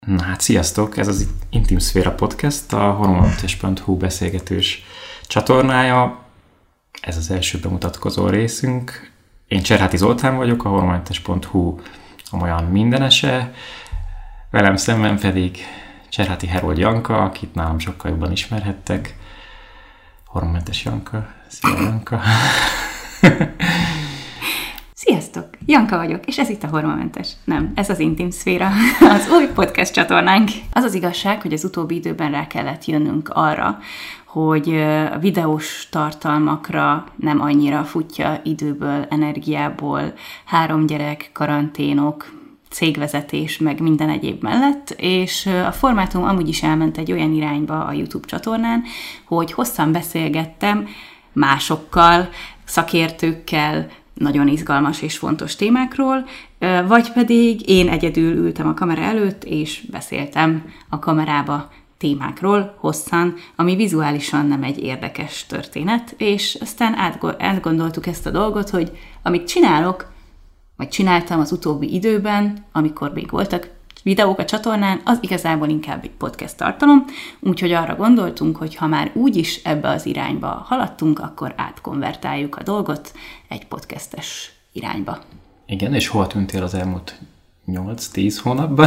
Na hát sziasztok! Ez az Intim Szféra Podcast, a hormonmentes.hu beszélgetős csatornája. Ez az első bemutatkozó részünk. Én Cserháti Zoltán vagyok, a hormonmentes.hu olyan mindenese. Velem szemben pedig Cserháti Herold Janka, akit nálam sokkal jobban ismerhettek. Hormonmentes Janka. Szia Janka! Sziasztok! Janka vagyok, és ez itt a Hormonmentes. Nem, ez az Intim Szféra, az új podcast csatornánk. Az az igazság, hogy az utóbbi időben rá kellett jönnünk arra, hogy a videós tartalmakra nem annyira futja időből, energiából, 3 gyerek, karanténok, cégvezetés, meg minden egyéb mellett, és a formátum amúgy is elment egy olyan irányba a YouTube csatornán, hogy hosszan beszélgettem másokkal, szakértőkkel, nagyon izgalmas és fontos témákról, vagy pedig én egyedül ültem a kamera előtt, és beszéltem a kamerába témákról hosszan, ami vizuálisan nem egy érdekes történet, és aztán átgondoltuk ezt a dolgot, hogy amit csinálok, vagy csináltam az utóbbi időben, amikor még voltak videók a csatornán, az igazából inkább egy podcast tartalom, úgyhogy arra gondoltunk, hogy ha már úgyis ebbe az irányba haladtunk, akkor átkonvertáljuk a dolgot egy podcastes irányba. Igen, és hol tűntél az elmúlt 8-10 hónapban?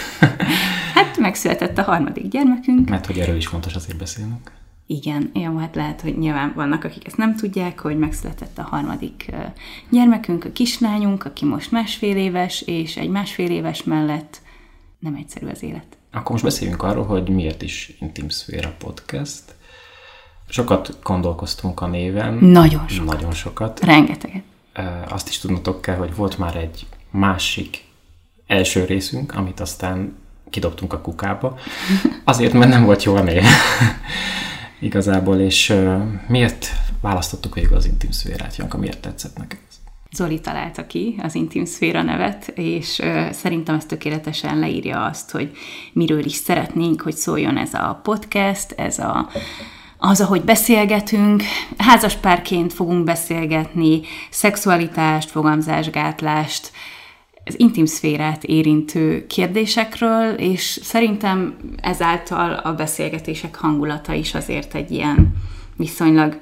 Hát megszületett a 3. gyermekünk. Mert hogy erről is fontos azért beszélnünk. Igen, jó, hát lehet, hogy nyilván vannak, akik ezt nem tudják, hogy megszületett a 3. gyermekünk, a kislányunk, aki most 1,5 éves, és egy 1,5 éves mellett nem egyszerű az élet. Akkor most beszéljünk arról, hogy miért is Intim Szféra Podcast. Sokat gondolkoztunk a néven. Nagyon sokat. Rengeteget. Azt is tudnotok kell, hogy volt már egy másik első részünk, amit aztán kidobtunk a kukába. Azért, mert nem volt jó a név. Igazából, és miért választottuk végül az Intim Szférát, Janka? Miért tetszett neked? Zoli találta ki az Intim Szféra nevet, és szerintem ez tökéletesen leírja azt, hogy miről is szeretnénk, hogy szóljon ez a podcast, az, ahogy beszélgetünk. Házaspárként fogunk beszélgetni, szexualitást, fogamzásgátlást, az intim szférát érintő kérdésekről, és szerintem ezáltal a beszélgetések hangulata is azért egy ilyen viszonylag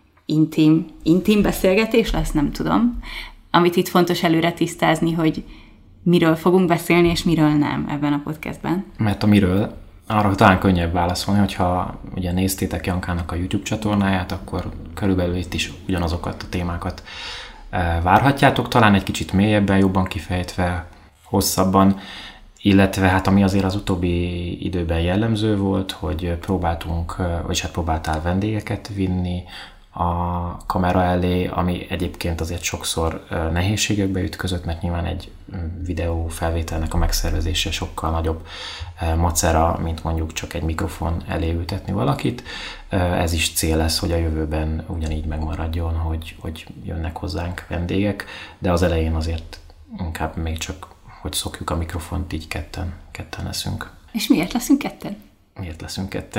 intim beszélgetés lesz, nem tudom. Amit itt fontos előre tisztázni, hogy miről fogunk beszélni, és miről nem ebben a podcastben. Mert a miről, arra talán könnyebb válaszolni, hogyha ugye néztétek Jankának a YouTube csatornáját, akkor körülbelül itt is ugyanazokat a témákat várhatjátok, talán egy kicsit mélyebben, jobban kifejtve, hosszabban, illetve hát ami azért az utóbbi időben jellemző volt, hogy próbáltál vendégeket vinni a kamera elé, ami egyébként azért sokszor nehézségekbe ütközött, mert nyilván egy videó felvételnek a megszervezése sokkal nagyobb macera, mint mondjuk csak egy mikrofon elé ültetni valakit. Ez is cél lesz, hogy a jövőben ugyanígy megmaradjon, hogy jönnek hozzánk vendégek, de az elején azért inkább még csak, hogy szokjuk a mikrofont, így ketten leszünk. És miért leszünk ketten? Miért leszünk ketten?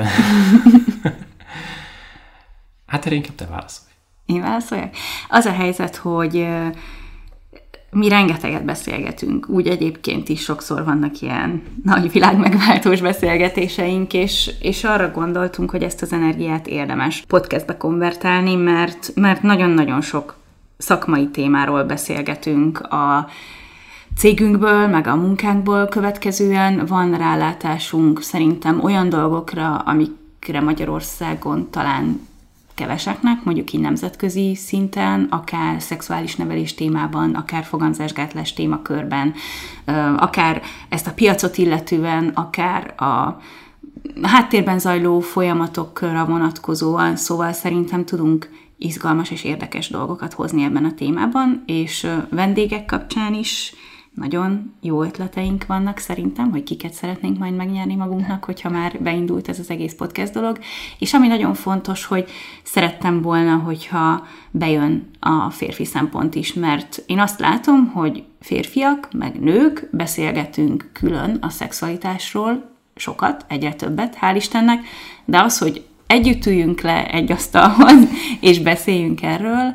Hát erre inkább te válaszolj. Én válaszoljak? Az a helyzet, hogy mi rengeteget beszélgetünk, úgy egyébként is sokszor vannak ilyen nagy világmegváltós beszélgetéseink, és arra gondoltunk, hogy ezt az energiát érdemes podcastbe konvertálni, mert nagyon-nagyon sok szakmai témáról beszélgetünk a cégünkből, meg a munkánkból következően. Van rálátásunk szerintem olyan dolgokra, amikre Magyarországon talán keveseknek, mondjuk így nemzetközi szinten, akár szexuális nevelés témában, akár fogamzásgátlás témakörben, akár ezt a piacot illetően, akár a háttérben zajló folyamatokra vonatkozóan, szóval szerintem tudunk izgalmas és érdekes dolgokat hozni ebben a témában, és vendégek kapcsán is nagyon jó ötleteink vannak szerintem, hogy kiket szeretnénk majd megnyerni magunknak, hogyha már beindult ez az egész podcast dolog. És ami nagyon fontos, hogy szerettem volna, hogyha bejön a férfi szempont is, mert én azt látom, hogy férfiak, meg nők beszélgetünk külön a szexualitásról, sokat, egyre többet, hál' Istennek, de az, hogy együtt üljünk le egy asztalhoz, és beszéljünk erről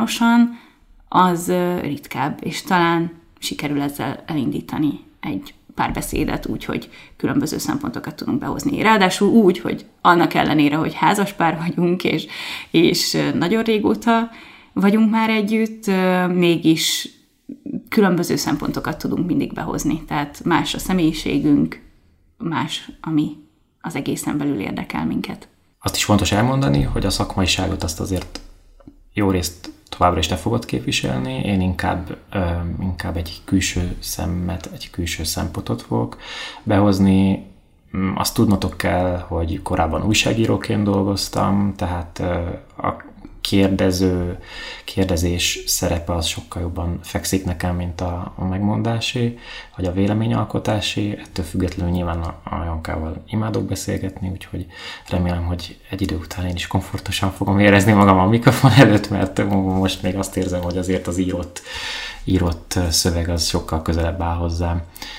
nyilvánosan, az ritkább, és talán sikerül ezzel elindítani egy párbeszédet úgy, hogy különböző szempontokat tudunk behozni. Ráadásul úgy, hogy annak ellenére, hogy házaspár vagyunk, és nagyon régóta vagyunk már együtt, mégis különböző szempontokat tudunk mindig behozni. Tehát más a személyiségünk, más, ami az egészen belül érdekel minket. Azt is fontos elmondani, hogy a szakmaiságot azt azért jó részt továbbra is te fogod képviselni, én inkább egy külső szemmet, egy külső szempontot fogok behozni. Azt tudnotok kell, hogy korábban újságíróként dolgoztam, tehát a kérdezés szerepe az sokkal jobban fekszik nekem, mint a megmondásé, vagy a véleményalkotásé. Ettől függetlenül nyilván a Jankával imádok beszélgetni, úgyhogy remélem, hogy egy idő után én is komfortosan fogom érezni magam a mikrofon előtt, mert most még azt érzem, hogy azért az írott szöveg az sokkal közelebb áll hozzám,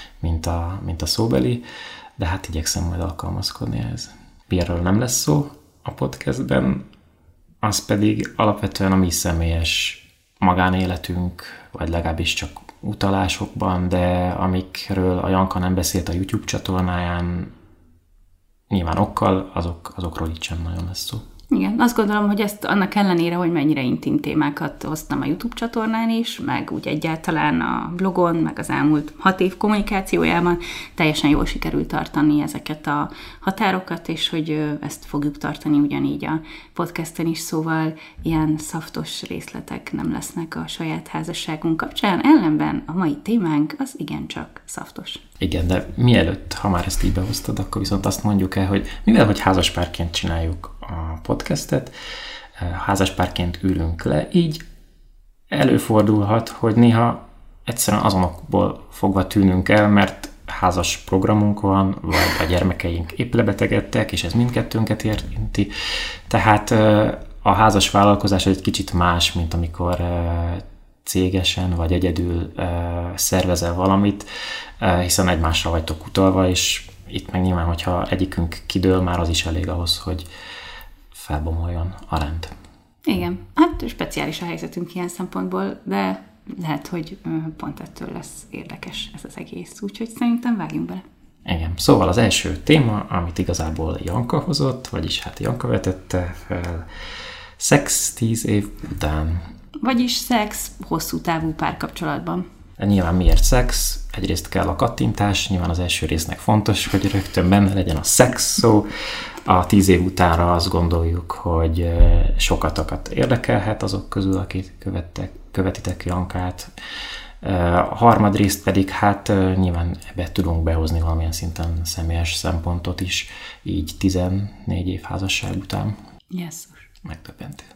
mint a szóbeli, de hát igyekszem majd alkalmazkodni ehhez. Ilyenről nem lesz szó a podcastben, az pedig alapvetően a mi személyes magánéletünk, vagy legalábbis csak utalásokban, de amikről a Janka nem beszélt a YouTube csatornáján, nyilván okkal, azokról itt sem nagyon lesz szó. Igen, azt gondolom, hogy ezt annak ellenére, hogy mennyire intim témákat hoztam a YouTube csatornán is, meg úgy egyáltalán a blogon, meg az elmúlt 6 év kommunikációjában teljesen jól sikerült tartani ezeket a határokat, és hogy ezt fogjuk tartani ugyanígy a podcasten is, szóval ilyen szaftos részletek nem lesznek a saját házasságunk kapcsán, ellenben a mai témánk az igencsak szaftos. Igen, de mielőtt, ha már ezt így behoztad, akkor viszont azt mondjuk el, hogy mivel, hogy házaspárként csináljuk a podcastet, házaspárként ülünk le, így előfordulhat, hogy néha egyszerűen azonokból fogva tűnünk el, mert házas programunk van, vagy a gyermekeink épp lebetegedtek, és ez mindkettőnket érinti. Tehát a házas vállalkozás egy kicsit más, mint amikor cégesen vagy egyedül szervezel valamit, hiszen egymásra vagytok utalva, és itt meg nyilván, hogyha egyikünk kidől, már az is elég ahhoz, hogy felbomoljon a rend. Igen, hát speciális a helyzetünk ilyen szempontból, de lehet, hogy pont ettől lesz érdekes ez az egész, úgyhogy szerintem vágjunk bele. Igen, szóval az első téma, amit igazából Janka hozott, vagyis hát Janka vetette fel, szex 10 év után. Vagyis szex hosszú távú párkapcsolatban. Nyilván miért szex? Egyrészt kell a kattintás, nyilván az első résznek fontos, hogy rögtön benne legyen a szex szó. A 10 év utánra azt gondoljuk, hogy sokatokat érdekelhet azok közül, akik követitek Jankát. A harmadrészt pedig hát nyilván ebbe tudunk behozni valamilyen szinten személyes szempontot is, így 14 év házasság után. Jesszus. Megdöbbentél.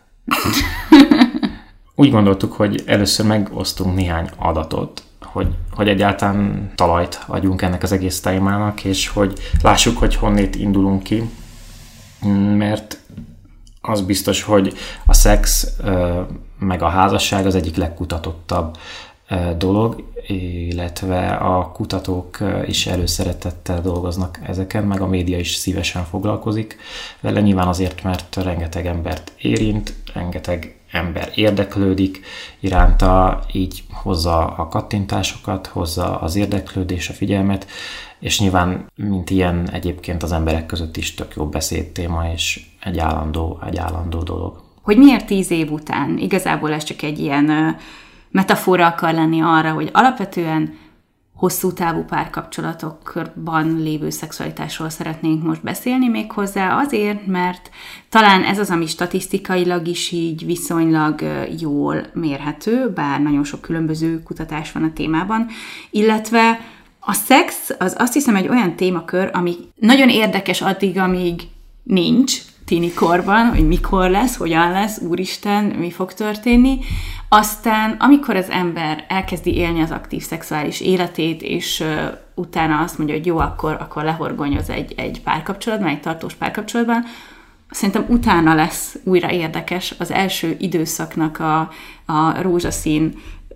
Úgy gondoltuk, hogy először megosztunk néhány adatot, hogy egyáltalán talajt adjunk ennek az egész témának, és hogy lássuk, hogy honnét indulunk ki, mert az biztos, hogy a szex meg a házasság az egyik legkutatottabb dolog, illetve a kutatók is előszeretettel dolgoznak ezeken, meg a média is szívesen foglalkozik vele, nyilván azért, mert rengeteg embert érint, rengeteg ember érdeklődik iránta, így hozza a kattintásokat, hozza az érdeklődés, a figyelmet, és nyilván, mint ilyen, egyébként az emberek között is tök jó beszédtéma, és egy állandó dolog. Hogy miért 10 év után? Igazából ez csak egy ilyen metafora akar lenni arra, hogy alapvetően hosszú távú párkapcsolatokban lévő szexualitásról szeretnénk most beszélni, méghozzá azért, mert talán ez az, ami statisztikailag is így viszonylag jól mérhető, bár nagyon sok különböző kutatás van a témában, illetve a szex az azt hiszem egy olyan témakör, ami nagyon érdekes addig, amíg nincs tinikorban, hogy mikor lesz, hogyan lesz, úristen, mi fog történni. Aztán, amikor az ember elkezdi élni az aktív szexuális életét, és utána azt mondja, hogy jó, akkor lehorgonyoz egy párkapcsolatban, egy tartós párkapcsolatban, szerintem utána lesz újra érdekes az első időszaknak a rózsaszín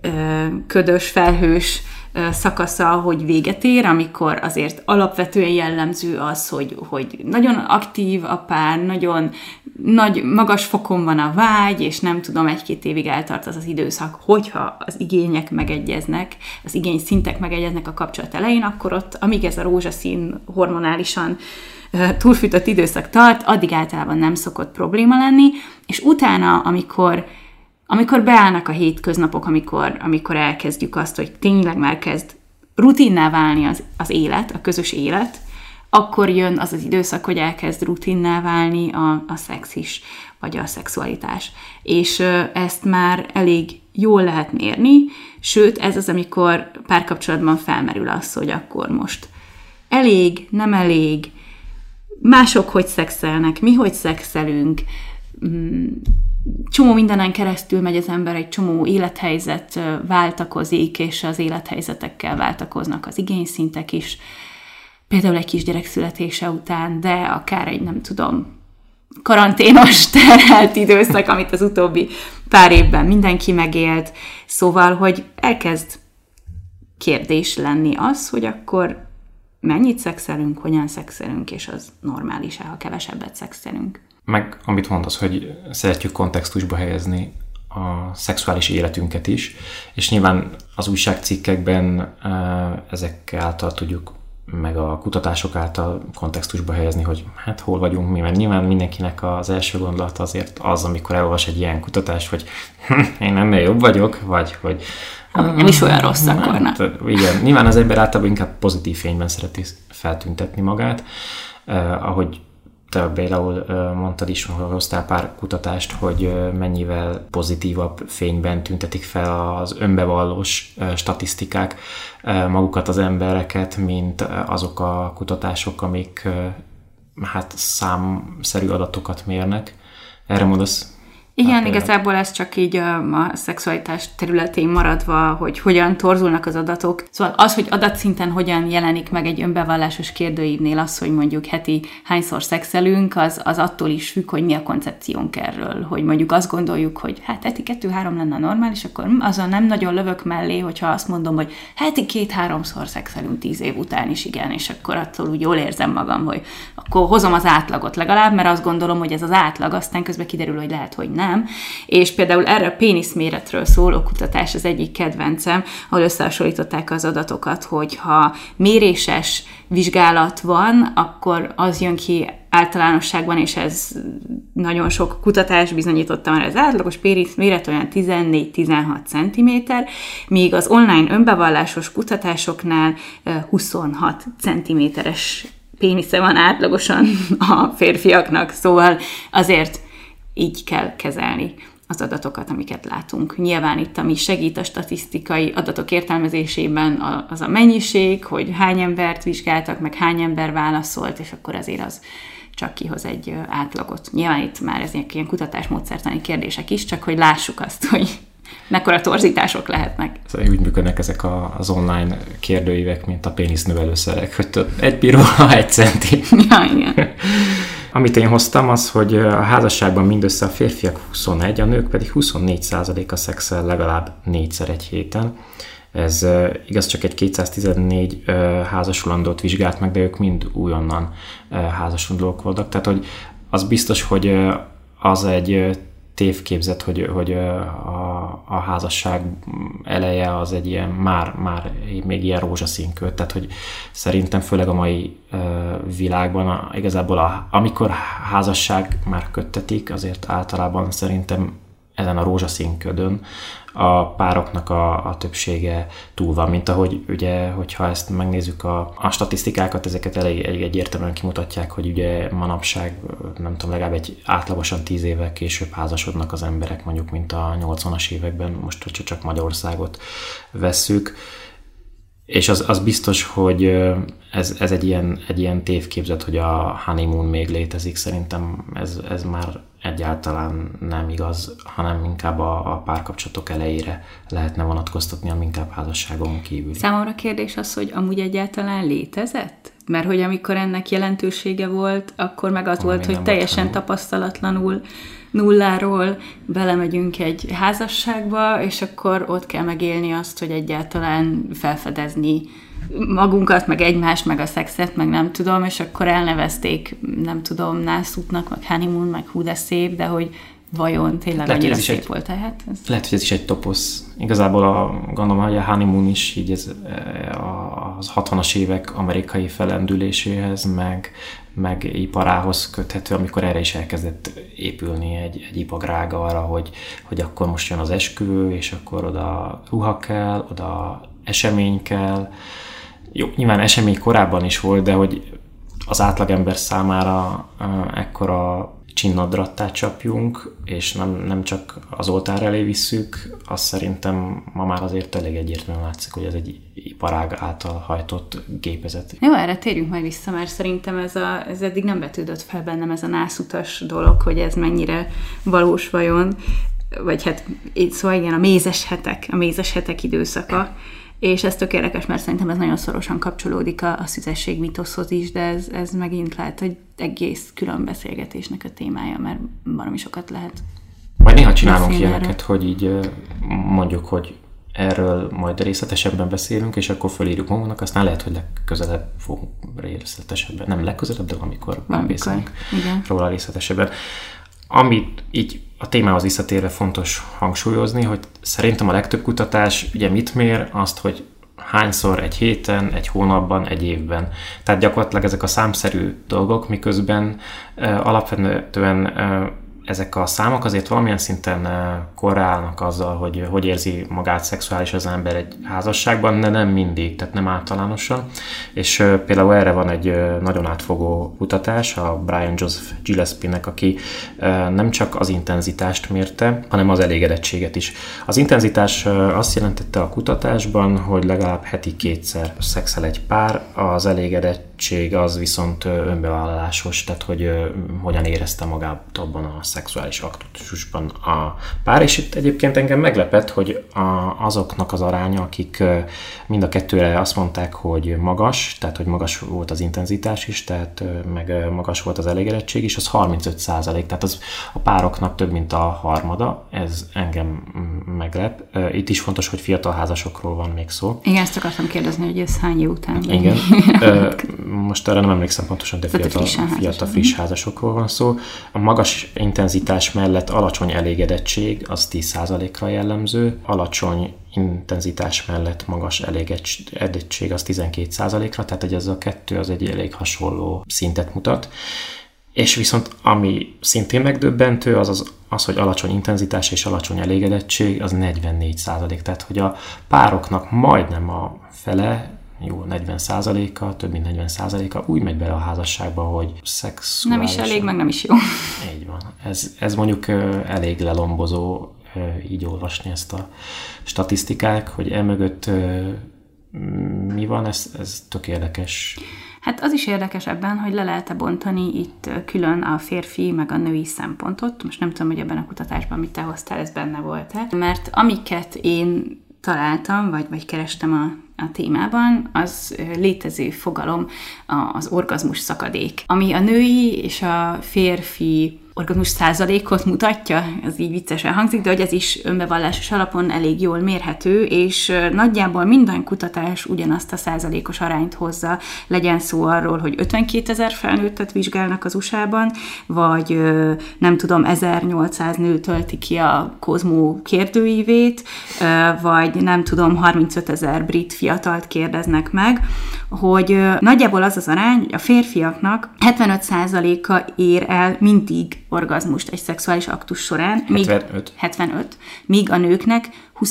ködös, felhős szakasza, hogy véget ér, amikor azért alapvetően jellemző az, hogy nagyon aktív a pár, nagyon magas fokon van a vágy, és nem tudom, 1-2 évig eltart az időszak, hogyha az igények megegyeznek, az igényszintek megegyeznek a kapcsolat elején, akkor ott, amíg ez a rózsaszín hormonálisan túlfűtött időszak tart, addig általában nem szokott probléma lenni, és utána, amikor beállnak a hétköznapok, amikor elkezdjük azt, hogy tényleg már kezd rutinná válni az élet, a közös élet, akkor jön az az időszak, hogy elkezd rutinná válni a szex is, vagy a szexualitás. És ezt már elég jól lehet mérni, sőt, ez az, amikor párkapcsolatban felmerül az, hogy akkor most elég, nem elég, mások hogy szexelnek, mi hogy szexelünk, csomó mindenen keresztül megy az ember, egy csomó élethelyzet váltakozik, és az élethelyzetekkel váltakoznak az igényszintek is. Például egy kisgyerek születése után, de akár egy, nem tudom, karanténos terhelt időszak, amit az utóbbi pár évben mindenki megélt. Szóval, hogy elkezd kérdés lenni az, hogy akkor mennyit szexelünk, hogyan szexelünk, és az normális-e, ha kevesebbet szexelünk. Meg amit mondasz, hogy szeretjük kontextusba helyezni a szexuális életünket is, és nyilván az újságcikkekben ezek által tudjuk, meg a kutatások által kontextusba helyezni, hogy hát hol vagyunk mi, mert nyilván mindenkinek az első gondolata azért az, amikor elolvas egy ilyen kutatást, hogy én ennél jobb vagyok, vagy hogy nem is olyan rossz akkor, nem? Igen, nyilván az ember általában inkább pozitív fényben szereti feltüntetni magát, ahogy te például mondtad is, hogy hoztál pár kutatást, hogy mennyivel pozitívabb fényben tüntetik fel az önbevallós statisztikák magukat az embereket, mint azok a kutatások, amik hát számszerű adatokat mérnek. Erre mondasz? Igen, igazából ez csak így a szexualitás területén maradva, hogy hogyan torzulnak az adatok. Szóval az, hogy adatszinten hogyan jelenik meg egy önbevallásos kérdőívnél az, hogy mondjuk heti hányszor szexelünk, az attól is függ, hogy mi a koncepciónk erről. Hogy mondjuk azt gondoljuk, hogy hát heti 2-3 lenne normális, akkor azon nem nagyon lövök mellé, hogyha azt mondom, hogy heti 2-3-szor szexelünk 10 év után is, igen, és akkor attól úgy jól érzem magam, hogy akkor hozom az átlagot legalább, mert azt gondolom, hogy ez az átlag, aztán közben kiderül, hogy lehet, hogy nem. És például erre a péniszméretről szóló kutatás az egyik kedvencem, ahol összehasonlították az adatokat, hogy ha méréses vizsgálat van, akkor az jön ki általánosságban, és ez nagyon sok kutatás bizonyította már, az átlagos péniszméret olyan 14-16 cm, míg az online önbevallásos kutatásoknál 26 cm-es pénisze van átlagosan a férfiaknak, szóval azért így kell kezelni az adatokat, amiket látunk. Nyilván itt, ami segít a statisztikai adatok értelmezésében, az a mennyiség, hogy hány embert vizsgáltak, meg hány ember válaszolt, és akkor azért az csak kihoz egy átlagot. Nyilván itt már ezek ilyen kutatásmódszertani kérdések is, csak hogy lássuk azt, hogy mekkora torzítások lehetnek. Úgy működnek ezek az online kérdőívek, mint a pénisznövelőszerek, hogy egy piróla 1 centi. Ja, igen. Amit én hoztam, az, hogy a házasságban mindössze a férfiak 21, a nők pedig 24%-a szexel legalább 4-szer egy héten. Ez igaz, csak egy 214 házasulandót vizsgált meg, de ők mind újonnan házasulandók voltak. Tehát, hogy az biztos, hogy az egy tévképzet, hogy a házasság eleje az egy ilyen már még ilyen rózsaszín köd, tehát hogy szerintem főleg a mai világban igazából amikor házasság már köttetik, azért általában szerintem ezen a rózsaszín ködön a pároknak a többsége túl van, mint ahogy ugye, hogyha ezt megnézzük a statisztikákat, ezeket elég egyértelműen kimutatják, hogy ugye manapság, nem tudom, legalább átlagosan 10 évvel később házasodnak az emberek, mondjuk, mint a 80-as években, most, hogyha csak Magyarországot vesszük. És az biztos, hogy ez egy ilyen tévképzet, hogy a honeymoon még létezik. Szerintem ez már egyáltalán nem igaz, hanem inkább a párkapcsolatok elejére lehetne vonatkoztatni, ami inkább házasságon kívül. Számomra kérdés az, hogy amúgy egyáltalán létezett? Mert hogy amikor ennek jelentősége volt, akkor meg az volt, hogy teljesen tapasztalatlanul nulláról belemegyünk egy házasságba, és akkor ott kell megélni azt, hogy egyáltalán felfedezni magunkat, meg egymást, meg a szexet, meg nem tudom, és akkor elnevezték, nem tudom, nászútnak, meg honeymoon, meg hú de szép, de hogy vajon tényleg annyira szép volt tehát? Lehet, hogy ez is egy toposz. Igazából gondolom, hogy a honeymoon is így az 60-as évek amerikai felendüléséhez, meg iparához köthető, amikor erre is elkezdett épülni egy iparág arra, hogy akkor most jön az esküvő, és akkor oda ruha kell, oda esemény kell. Jó, nyilván esemény korábban is volt, de hogy az átlagember számára ekkora csinnadраttát csapjunk, és nem csak az oltár elé visszük, azt szerintem ma már azért elég egyértelműen látszik, hogy ez egy iparág által hajtott gépezet. Jó, erre térjünk majd vissza, mert szerintem ez eddig nem vetődött fel bennem ez a nászutas dolog, hogy ez mennyire valós vajon, vagy hát szóval igen, a mézes hetek időszaka, és ez tök érdekes, mert szerintem ez nagyon szorosan kapcsolódik a szüzesség mitoszhoz is, de ez megint lehet, hogy egész külön beszélgetésnek a témája, mert valami sokat lehet. Majd néha csinálunk ilyeneket, hogy így mondjuk, hogy erről majd részletesebben beszélünk, és akkor fölírjuk magunknak, aztán lehet, hogy legközelebb fogunk részletesebben, nem legközelebb, de amikor beszélünk róla részletesebben. Amit így a témához visszatérve fontos hangsúlyozni, hogy szerintem a legtöbb kutatás ugye mit mér? Azt, hogy hányszor egy héten, egy hónapban, egy évben. Tehát gyakorlatilag ezek a számszerű dolgok, miközben alapvetően ezek a számok azért valamilyen szinten korrelálnak azzal, hogy érzi magát szexuális az ember egy házasságban, de nem mindig, tehát nem általánosan. És például erre van egy nagyon átfogó kutatás, a Brian Joseph Gillespie-nek, aki nem csak az intenzitást mérte, hanem az elégedettséget is. Az intenzitás azt jelentette a kutatásban, hogy legalább heti 2-szer szexel egy pár, az elégedettség az viszont önbevállalásos, tehát hogy hogyan érezte magát abban a szexuális aktusban a pár, és itt egyébként engem meglepett, hogy azoknak az aránya, akik mind a kettőre azt mondták, hogy magas, tehát hogy magas volt az intenzitás is, tehát meg magas volt az elégedettség is, az 35%, tehát az a pároknak több, mint a harmada, ez engem meglep. Itt is fontos, hogy fiatal házasokról van még szó. Igen, ezt akartam kérdezni, hogy ez hány év után? Igen. Most erre nem emlékszem pontosan, de fiatal friss házasokról van szó. A magas intenzitás mellett alacsony elégedettség az 10%-ra jellemző, alacsony intenzitás mellett magas elégedettség az 12%-ra, tehát hogy ez a kettő az egy elég hasonló szintet mutat. És viszont ami szintén megdöbbentő, az, hogy alacsony intenzitás és alacsony elégedettség, az 44%, tehát hogy a pároknak majdnem a fele, jó, 40%-a, több mint 40%-a úgy megy bele a házasságba, hogy szexuális. Nem is elég, meg nem is jó. Így van. Ez mondjuk elég lelombozó így olvasni ezt a statisztikák, hogy emögött mi van, ez tök érdekes. Hát az is érdekes ebben, hogy le lehet bontani itt külön a férfi meg a női szempontot. Most nem tudom, hogy ebben a kutatásban mit te hoztál, ez benne volt-e. Mert amiket én találtam, vagy kerestem a témában, az létező fogalom az orgazmus szakadék, ami a női és a férfi orgazmus százalékot mutatja, ez így viccesen hangzik, de hogy ez is önbevallásos alapon elég jól mérhető, és nagyjából minden kutatás ugyanazt a százalékos arányt hozza, legyen szó arról, hogy 52 000 felnőttet vizsgálnak az USA-ban, vagy nem tudom, 1800 nő tölti ki a Kozmó kérdőívét, vagy nem tudom, 35 000 brit fiatalt kérdeznek meg, hogy nagyjából az az arány, hogy a férfiaknak 75%-a ér el mindig orgazmust egy szexuális aktus során. 75. Míg a nőknek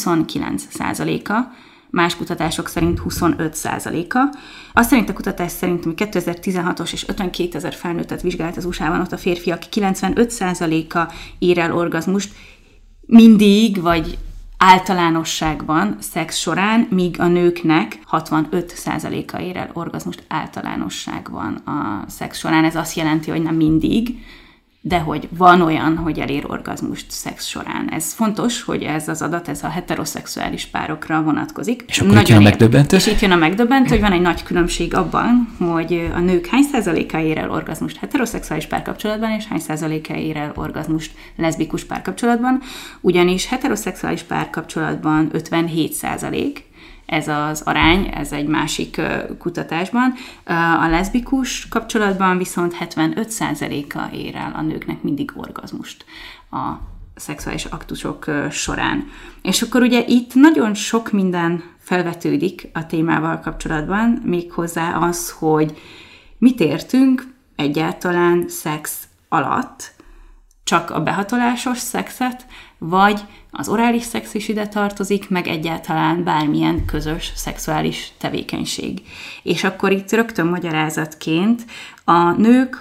29%-a, más kutatások szerint 25%-a. Azt szerint a kutatás szerint, ami 2016-os és 52 000 felnőttet vizsgált az USA-ban, ott a férfiak 95%-a ér el orgazmust mindig, vagy általánosságban szex során, míg a nőknek 65%-a ér el orgazmust általánosságban a szex során. Ez azt jelenti, hogy nem mindig, de hogy van olyan, hogy elér orgazmust szex során. Ez fontos, hogy ez az adat, ez a heteroszexuális párokra vonatkozik. És akkor itt jön a megdöbbentő? És itt jön a megdöbbentő, hogy van egy nagy különbség abban, hogy a nők hány százaléka ér el orgazmust heteroszexuális párkapcsolatban, és hány százaléka ér el orgazmust leszbikus párkapcsolatban, ugyanis heteroszexuális párkapcsolatban 57%, ez az arány, ez egy másik kutatásban. A leszbikus kapcsolatban viszont 75%-a ér el a nőknek mindig orgazmust a szexuális aktusok során. És akkor ugye itt nagyon sok minden felvetődik a témával kapcsolatban, méghozzá az, hogy mit értünk egyáltalán szex alatt, csak a behatolásos szexet, vagy az orális szex is ide tartozik, meg egyáltalán bármilyen közös szexuális tevékenység. És akkor itt rögtön magyarázatként a nők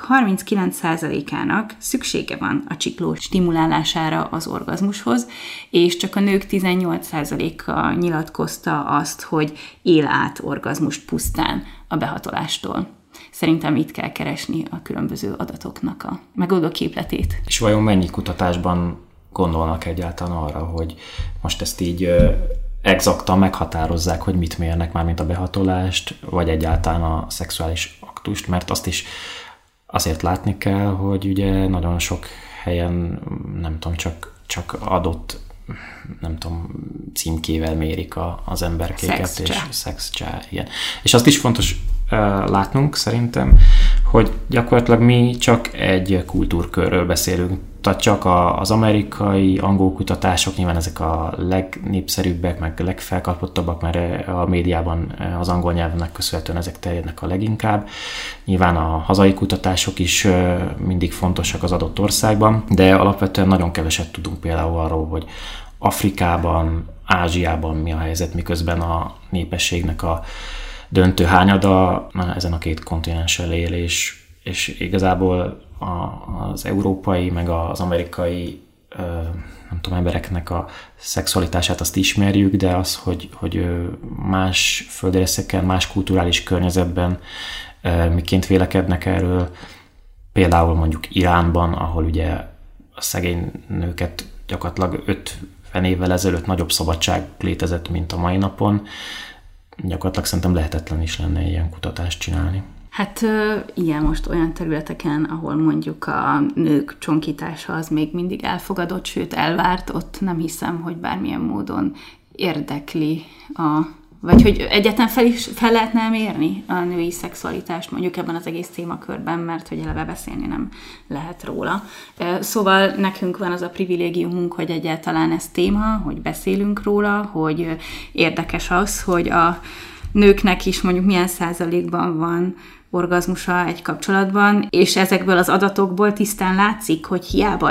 39%-ának szüksége van a csikló stimulálására az orgazmushoz, és csak a nők 18%-a nyilatkozta azt, hogy él át orgazmust pusztán a behatolástól. Szerintem itt kell keresni a különböző adatoknak a megoldó képletét. És vajon mennyi kutatásban gondolnak egyáltalán arra, hogy most ezt így exaktan meghatározzák, hogy mit mérnek már, mint a behatolást, vagy egyáltalán a szexuális aktust, mert azt is azért látni kell, hogy ugye nagyon sok helyen, nem tudom, csak adott, nem tudom, címkével mérik az emberkéket, és szexcsá, igen. És azt is fontos látnunk szerintem, hogy gyakorlatilag mi csak egy kultúrkörről beszélünk. Tehát csak az amerikai, angol kutatások, nyilván ezek a legnépszerűbbek, meg legfelkapottabbak, mert a médiában az angol nyelvnek köszönhetően ezek terjednek a leginkább. Nyilván a hazai kutatások is mindig fontosak az adott országban, de alapvetően nagyon keveset tudunk például arról, hogy Afrikában, Ázsiában mi a helyzet, miközben a népességnek a döntő hányada ezen a két kontinensen él, és igazából az európai, meg az amerikai nem tudom, embereknek a szexualitását azt ismerjük, de az, hogy más földrészeken, más kulturális környezetben miként vélekednek erről, például mondjuk Iránban, ahol ugye a szegény nőket gyakorlatilag 50 évvel ezelőtt nagyobb szabadság létezett, mint a mai napon, gyakorlatilag szerintem lehetetlen is lenne ilyen kutatást csinálni. Hát igen, most olyan területeken, ahol mondjuk a nők csonkítása az még mindig elfogadott, sőt elvárt, ott nem hiszem, hogy bármilyen módon érdekli vagy hogy egyáltalán fel lehetne mérni a női szexualitást mondjuk ebben az egész témakörben, mert hogy eleve beszélni nem lehet róla. Szóval nekünk van az a privilégiumunk, hogy egyáltalán ez téma, hogy beszélünk róla, hogy érdekes az, hogy a nőknek is mondjuk milyen százalékban van orgazmusa egy kapcsolatban, és ezekből az adatokból tisztán látszik, hogy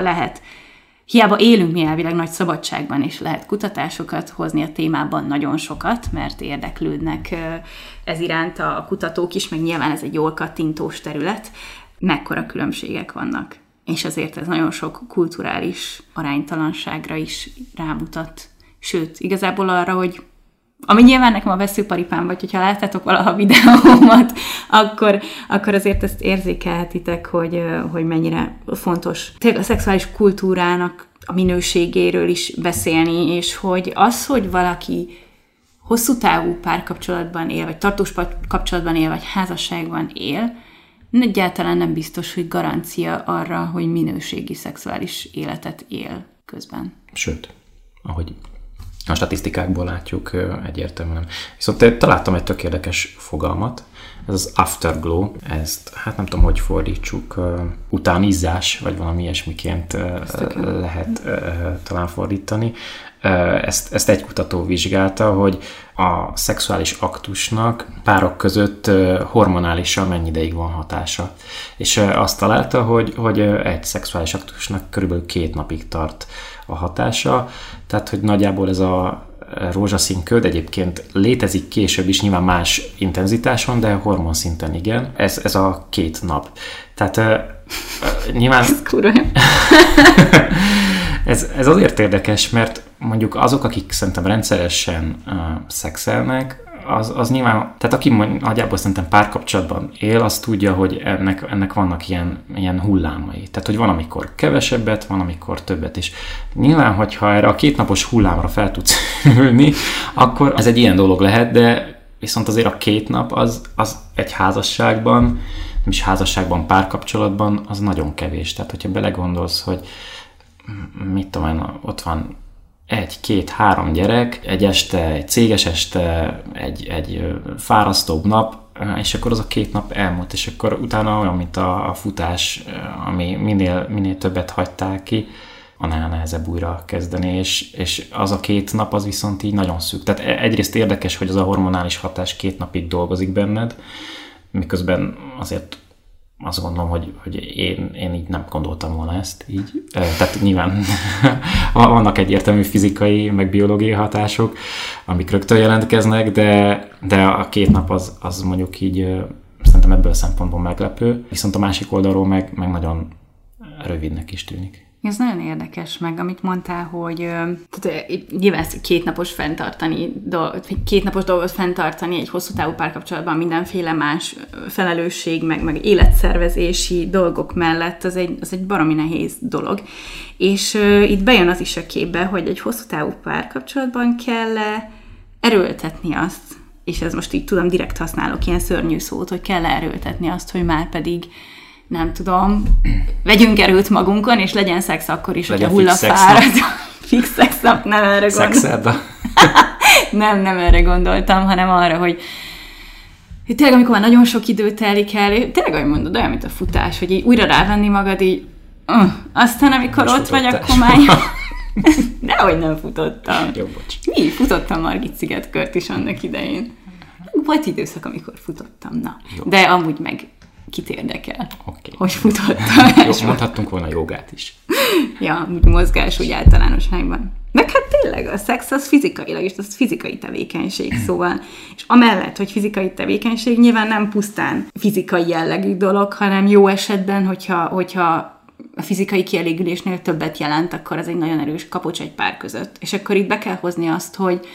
hiába élünk mi elvileg nagy szabadságban, és lehet kutatásokat hozni a témában nagyon sokat, mert érdeklődnek ez iránt a kutatók is, meg nyilván ez egy jól kattintós terület, mekkora különbségek vannak. És ezért ez nagyon sok kulturális aránytalanságra is rámutat. Sőt, igazából arra, hogy ami nyilván nekem a veszőparipám, vagy hogyha láttátok valaha videómat, akkor azért ezt érzékelhetitek, hogy mennyire fontos a szexuális kultúrának a minőségéről is beszélni, és hogy az, hogy valaki hosszú távú párkapcsolatban él, vagy tartós kapcsolatban él, vagy házasságban él, egyáltalán nem biztos, hogy garancia arra, hogy minőségi szexuális életet él közben. Sőt, ahogy a statisztikákból látjuk egyértelműen. Viszont találtam egy tök érdekes fogalmat, ez az afterglow, ezt hát nem tudom, hogy fordítsuk, utánizzás, vagy valami ilyesmiként lehet talán fordítani. Ezt egy kutató vizsgálta, hogy a szexuális aktusnak párok között hormonálisan mennyi ideig van hatása. És azt találta, hogy egy szexuális aktusnak körülbelül 2 napig tart a hatása, tehát hogy nagyjából ez a rózsaszín köd egyébként létezik később is, nyilván más intenzitáson, de hormonszinten igen. Ez a 2 nap. Tehát nyilván... Ez azért érdekes, mert mondjuk azok, akik szerintem rendszeresen szexelnek, az nyilván, tehát aki nagyjából szerintem párkapcsolatban él, az tudja, hogy ennek vannak ilyen hullámai. Tehát, hogy van, amikor kevesebbet, van, amikor többet is. Nyilván, hogyha erre a 2 napos hullámra fel tudsz ülni, akkor ez egy ilyen dolog lehet, de viszont azért a 2 nap az egy házasságban, nem is házasságban, párkapcsolatban, az nagyon kevés. Tehát, hogyha belegondolsz, hogy mit tudom én, ott van 1, 2, 3 gyerek, egy este, egy céges este, egy fárasztóbb nap, és akkor az a 2 nap elmúlt, és akkor utána olyan, mint a futás, ami minél többet hagytál ki, annál nehezebb újra kezdeni, és az a 2 nap az viszont így nagyon szűk. Tehát egyrészt érdekes, hogy az a hormonális hatás 2 napig dolgozik benned, miközben azért azt gondolom, hogy én így nem gondoltam volna ezt így. Tehát nyilván vannak egyértelmű fizikai, meg biológiai hatások, amik rögtön jelentkeznek, de a 2 nap az mondjuk így szerintem ebből a szempontból meglepő, viszont a másik oldalról meg nagyon rövidnek is tűnik. Ez nagyon érdekes, meg amit mondtál, hogy tehát, nyilván 2 napos fenntartani, 2 napos dolgot fenntartani egy hosszú távú párkapcsolatban mindenféle más felelősség, meg életszervezési dolgok mellett, az egy baromi nehéz dolog. És itt bejön az is a képbe, hogy egy hosszú távú párkapcsolatban kell erőltetni azt, és ez most így tudom, direkt használok ilyen szörnyű szót, hogy kell erőltetni azt, hogy már pedig nem tudom, vegyünk erőt magunkon, és legyen szex akkor is, hogy a hullafáradt. Fix szex nap, nem erre gondoltam. Nem erre gondoltam, hanem arra, hogy tényleg, amikor már nagyon sok idő telik el, tényleg, ahogy mondod, olyan, mint a futás, hogy így újra rávenni magad, így aztán, amikor most ott vagy, akkor már dehogy nem futottam. Jó, bocs. Mi? Futottam Margit szigetkört is annak idején. Volt időszak, amikor futottam, na. Jó. De amúgy meg kit érdekel, hogy futottam. Jó, mondhattunk volna jogát is. Ja, mozgás úgy általánosságban. Meg hát tényleg a szex az fizikailag, és az fizikai tevékenység, szóval. És amellett, hogy fizikai tevékenység, nyilván nem pusztán fizikai jellegű dolog, hanem jó esetben, hogyha a fizikai kielégülésnél többet jelent, akkor az egy nagyon erős kapocs egy pár között. És akkor itt be kell hozni azt,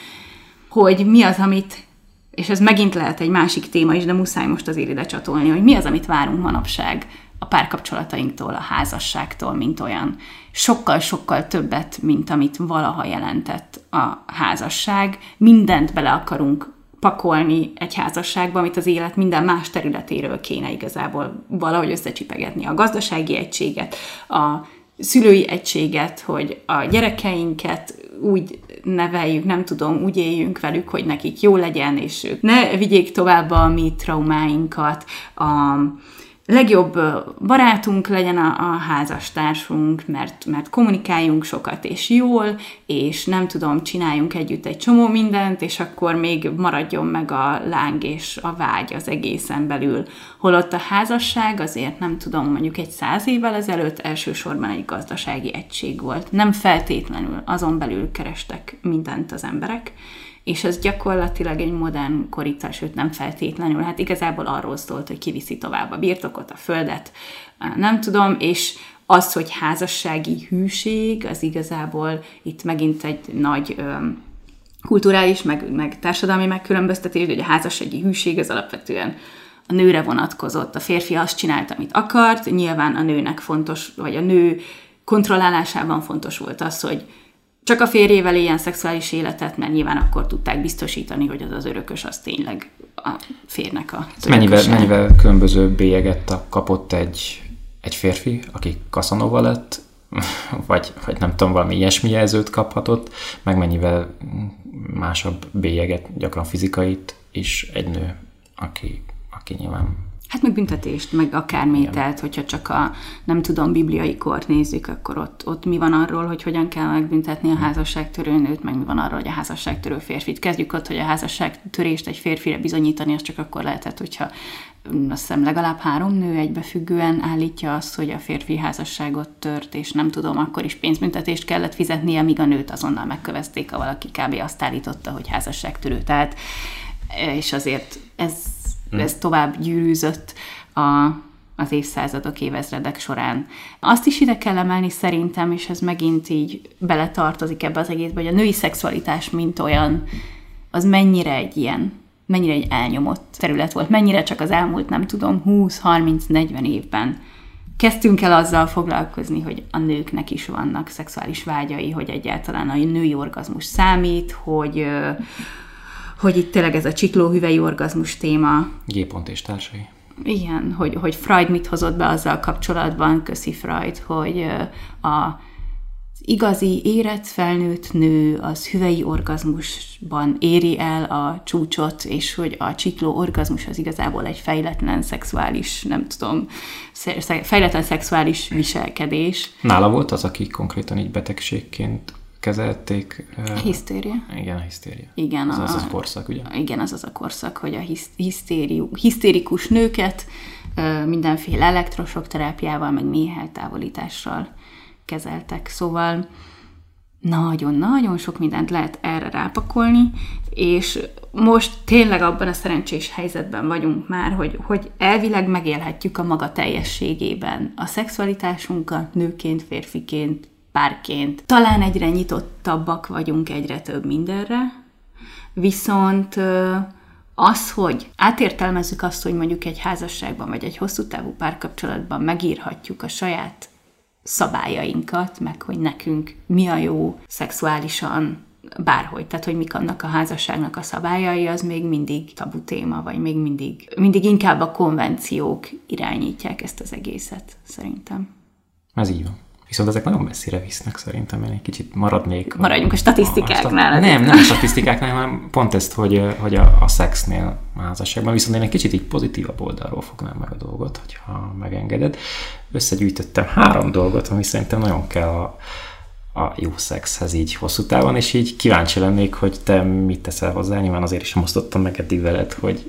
hogy mi az, amit, és ez megint lehet egy másik téma is, de muszáj most azért ide csatolni, hogy mi az, amit várunk manapság a párkapcsolatainktól, a házasságtól, mint olyan. Sokkal-sokkal többet, mint amit valaha jelentett a házasság. Mindent bele akarunk pakolni egy házasságba, amit az élet minden más területéről kéne igazából valahogy összecsipegetni. A gazdasági egységet, a szülői egységet, hogy a gyerekeinket úgy neveljük, nem tudom, úgy éljünk velük, hogy nekik jó legyen, és ők ne vigyék tovább a mi traumáinkat, a legjobb barátunk legyen a házastársunk, mert kommunikáljunk sokat és jól, és nem tudom, csináljunk együtt egy csomó mindent, és akkor még maradjon meg a láng és a vágy az egészen belül. Holott a házasság azért nem tudom, mondjuk egy 100 évvel ezelőtt elsősorban egy gazdasági egység volt. Nem feltétlenül azon belül kerestek mindent az emberek, és ez gyakorlatilag egy modern korita, sőt nem feltétlenül, hát igazából arról szólt, hogy kiviszi tovább a birtokot, a földet, nem tudom, és az, hogy házassági hűség, az igazából itt megint egy nagy kulturális, meg társadalmi megkülönböztetés, hogy a házassági hűség az alapvetően a nőre vonatkozott. A férfi azt csinált, amit akart, nyilván a nőnek fontos, vagy a nő kontrollálásában fontos volt az, hogy csak a férjével éljen szexuális életet, mert nyilván akkor tudták biztosítani, hogy az örökös, az tényleg a férnek a mennyivel különböző bélyeget kapott egy férfi, aki Casanova lett, vagy nem tudom, valami ilyesmi jelzőt kaphatott, meg mennyivel másabb bélyeget, gyakran fizikait is egy nő, aki nyilván... Hát meg büntetést, meg akármit, tehát hogyha csak a, nem tudom, bibliai kort nézzük, akkor ott mi van arról, hogy hogyan kell megbüntetni a házasságtörő nőt, meg mi van arról, hogy a házasságtörő férfit. Kezdjük ott, hogy a házasságtörést egy férfire bizonyítani, az csak akkor lehetett, hogyha azt hiszem legalább 3 nő egybefüggően állítja azt, hogy a férfi házasságot tört, és nem tudom, akkor is pénzbüntetést kellett fizetnie, míg a nőt azonnal megkövezték, ha valaki kb. Azt állította, hogy házasságtörő. Tehát, és azért ez tovább gyűrűzött az évszázadok, évezredek során. Azt is ide kell emelni szerintem, és ez megint így beletartozik ebbe az egészbe, hogy a női szexualitás mint olyan, az mennyire egy ilyen mennyire egy elnyomott terület volt, mennyire csak az elmúlt, nem tudom, 20-30-40 évben kezdtünk el azzal foglalkozni, hogy a nőknek is vannak szexuális vágyai, hogy egyáltalán a női orgazmus számít, hogy itt tényleg ez a csiklóhüvely orgazmus téma. G-pont és társai. Igen, hogy Freud mit hozott be azzal kapcsolatban, köszi Freud, hogy az igazi érett felnőtt nő az hüvelyi orgazmusban éri el a csúcsot, és hogy a csikló orgazmus az igazából egy fejletlen szexuális, nem tudom, fejletlen szexuális viselkedés. Nála volt az, aki konkrétan így betegségként kezelték? Hisztéria. Igen, a hisztéria. Igen, az a korszak, ugye? Igen, az a korszak, hogy a hisztérikus nőket mindenféle elektrosok terápiával, meg méhelytávolítással kezeltek. Szóval nagyon-nagyon sok mindent lehet erre rápakolni, és most tényleg abban a szerencsés helyzetben vagyunk már, hogy elvileg megélhetjük a maga teljességében a szexualitásunkat nőként, férfiként, párként. Talán egyre nyitottabbak vagyunk egyre több mindenre, viszont az, hogy átértelmezzük azt, hogy mondjuk egy házasságban vagy egy hosszú távú párkapcsolatban megírhatjuk a saját szabályainkat, meg hogy nekünk mi a jó szexuálisan bárhogy, tehát hogy mik annak a házasságnak a szabályai, az még mindig tabu téma, vagy még mindig inkább a konvenciók irányítják ezt az egészet, szerintem. Ez így van. Viszont ezek nagyon messzire visznek szerintem, én egy kicsit maradnék. Maradjunk a statisztikáknál. Nem a statisztikáknál, hanem pont ezt, hogy a szexnél a házasságban, viszont én egy kicsit így pozitívabb oldalról fognám meg a dolgot, hogyha megengeded. Összegyűjtöttem 3 dolgot, ami szerintem nagyon kell a jó szexhez így hosszú távon, és így kíváncsi lennék, hogy te mit teszel hozzá. Nyilván azért is osztottam meg eddig veled, hogy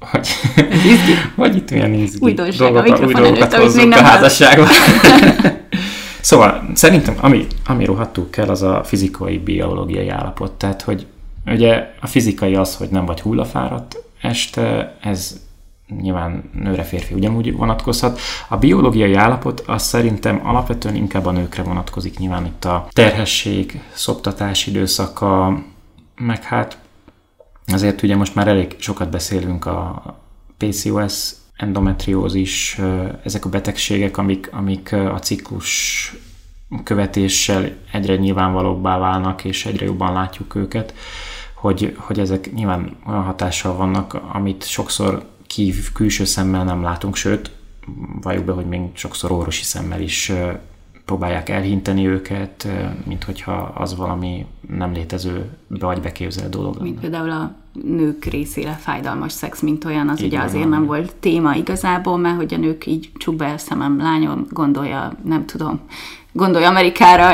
itt milyen izgi dolgokat hozzunk a házasságban. Szóval szerintem, ami rohadtul kell, az a fizikai, biológiai állapot. Tehát, hogy ugye a fizikai az, hogy nem vagy hullafáradt este, ez nyilván nőre, férfi ugyanúgy vonatkozhat. A biológiai állapot az szerintem alapvetően inkább a nőkre vonatkozik. Nyilván itt a terhesség, szoptatás időszaka, meg hát azért ugye most már elég sokat beszélünk a PCOS, endometriózis, ezek a betegségek, amik a ciklus követéssel egyre nyilvánvalóbbá válnak, és egyre jobban látjuk őket, hogy ezek nyilván olyan hatással vannak, amit sokszor külső szemmel nem látunk, sőt, valljuk be, hogy még sokszor orvosi szemmel is próbálják elhinteni őket, mint hogyha az valami nem létező vagy beképzelt dolog lenne. Mint például a nők részére fájdalmas szex, mint olyan, az így ugye azért nem volt téma igazából, mert hogy a nők így csuk be a szemem, lányon gondolja, nem tudom, gondolja Amerikára,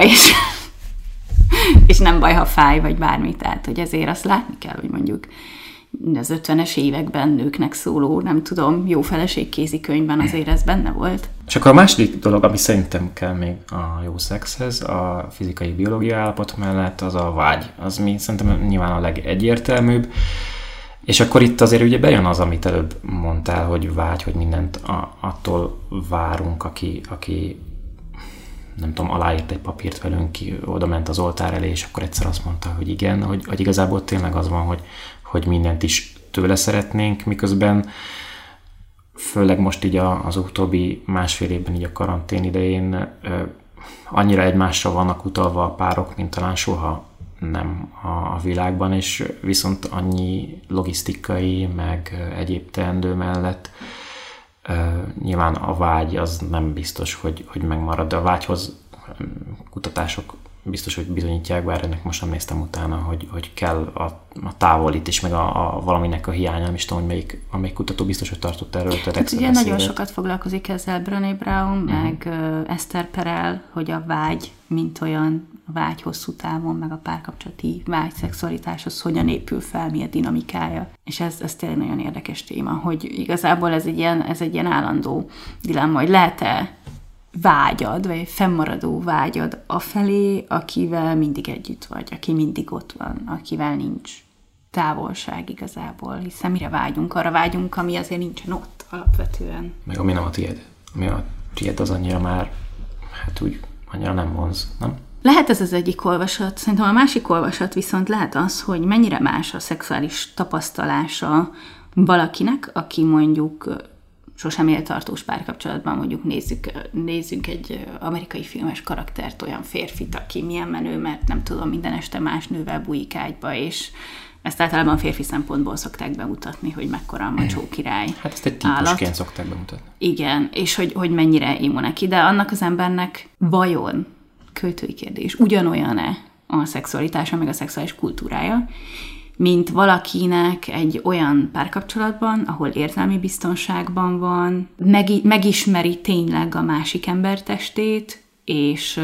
és nem baj, ha fáj, vagy bármi. Tehát, hogy ezért azt látni kell, hogy mondjuk az 50-es években nőknek szóló, nem tudom, jó feleség kézikönyvben azért ez benne volt. És akkor a második dolog, ami szerintem kell még a jó szexhez, a fizikai biológiai állapot mellett, az a vágy. Az mi szerintem nyilván a legegyértelműbb. És akkor itt azért ugye bejön az, amit előbb mondtál, hogy vágy, hogy mindent attól várunk, aki nem tudom, aláírt egy papírt velünk, ki oda ment az oltár elé, és akkor egyszer azt mondta, hogy igen, hogy igazából tényleg az van, hogy mindent is tőle szeretnénk, miközben főleg most így az utóbbi másfél évben így a karantén idején annyira egymásra vannak utalva a párok, mint talán soha nem a világban, és viszont annyi logisztikai, meg egyéb teendő mellett nyilván a vágy az nem biztos, hogy megmarad, de a vágyhoz kutatások biztos, hogy bizonyítják, bár ennek most nem néztem utána, hogy kell a távolít is, meg a valaminek a hiánya, nem is tudom, hogy amelyik kutató biztos, hogy tartott erről. Hát ugye nagyon sokat foglalkozik ezzel Brené Brown, meg Esther Perel, hogy a vágy, mint olyan vágy hosszú távon, meg a párkapcsolati vágy, szexualitáshoz hogyan épül fel, mi a dinamikája. És ez tényleg nagyon érdekes téma, hogy igazából ez egy ilyen állandó dilemma, hogy lehet-e vágyad, vagy fennmaradó vágyad afelé, akivel mindig együtt vagy, aki mindig ott van, akivel nincs távolság igazából, hiszen mire vágyunk? Arra vágyunk, ami azért nincsen ott alapvetően. Meg ami nem a tiéd. Ami a tiéd, az annyira már, hát úgy, annyira nem vonz, nem? Lehet ez az egyik olvasat. Szerintem a másik olvasat viszont lehet az, hogy mennyire más a szexuális tapasztalása valakinek, aki mondjuk sosem élt tartós párkapcsolatban, mondjuk nézzünk egy amerikai filmes karaktert, olyan férfit, aki milyen menő, mert nem tudom, minden este más nővel bújik ágyba, és ezt általában férfi szempontból szokták bemutatni, hogy mekkora a macsó király. Hát ezt egy típusként szokták bemutatni. Igen, és hogy mennyire imó neki, de annak az embernek vajon, költői kérdés, ugyanolyan-e a szexualitása, meg a szexuális kultúrája, mint valakinek egy olyan párkapcsolatban, ahol érzelmi biztonságban van, megismeri tényleg a másik ember testét, és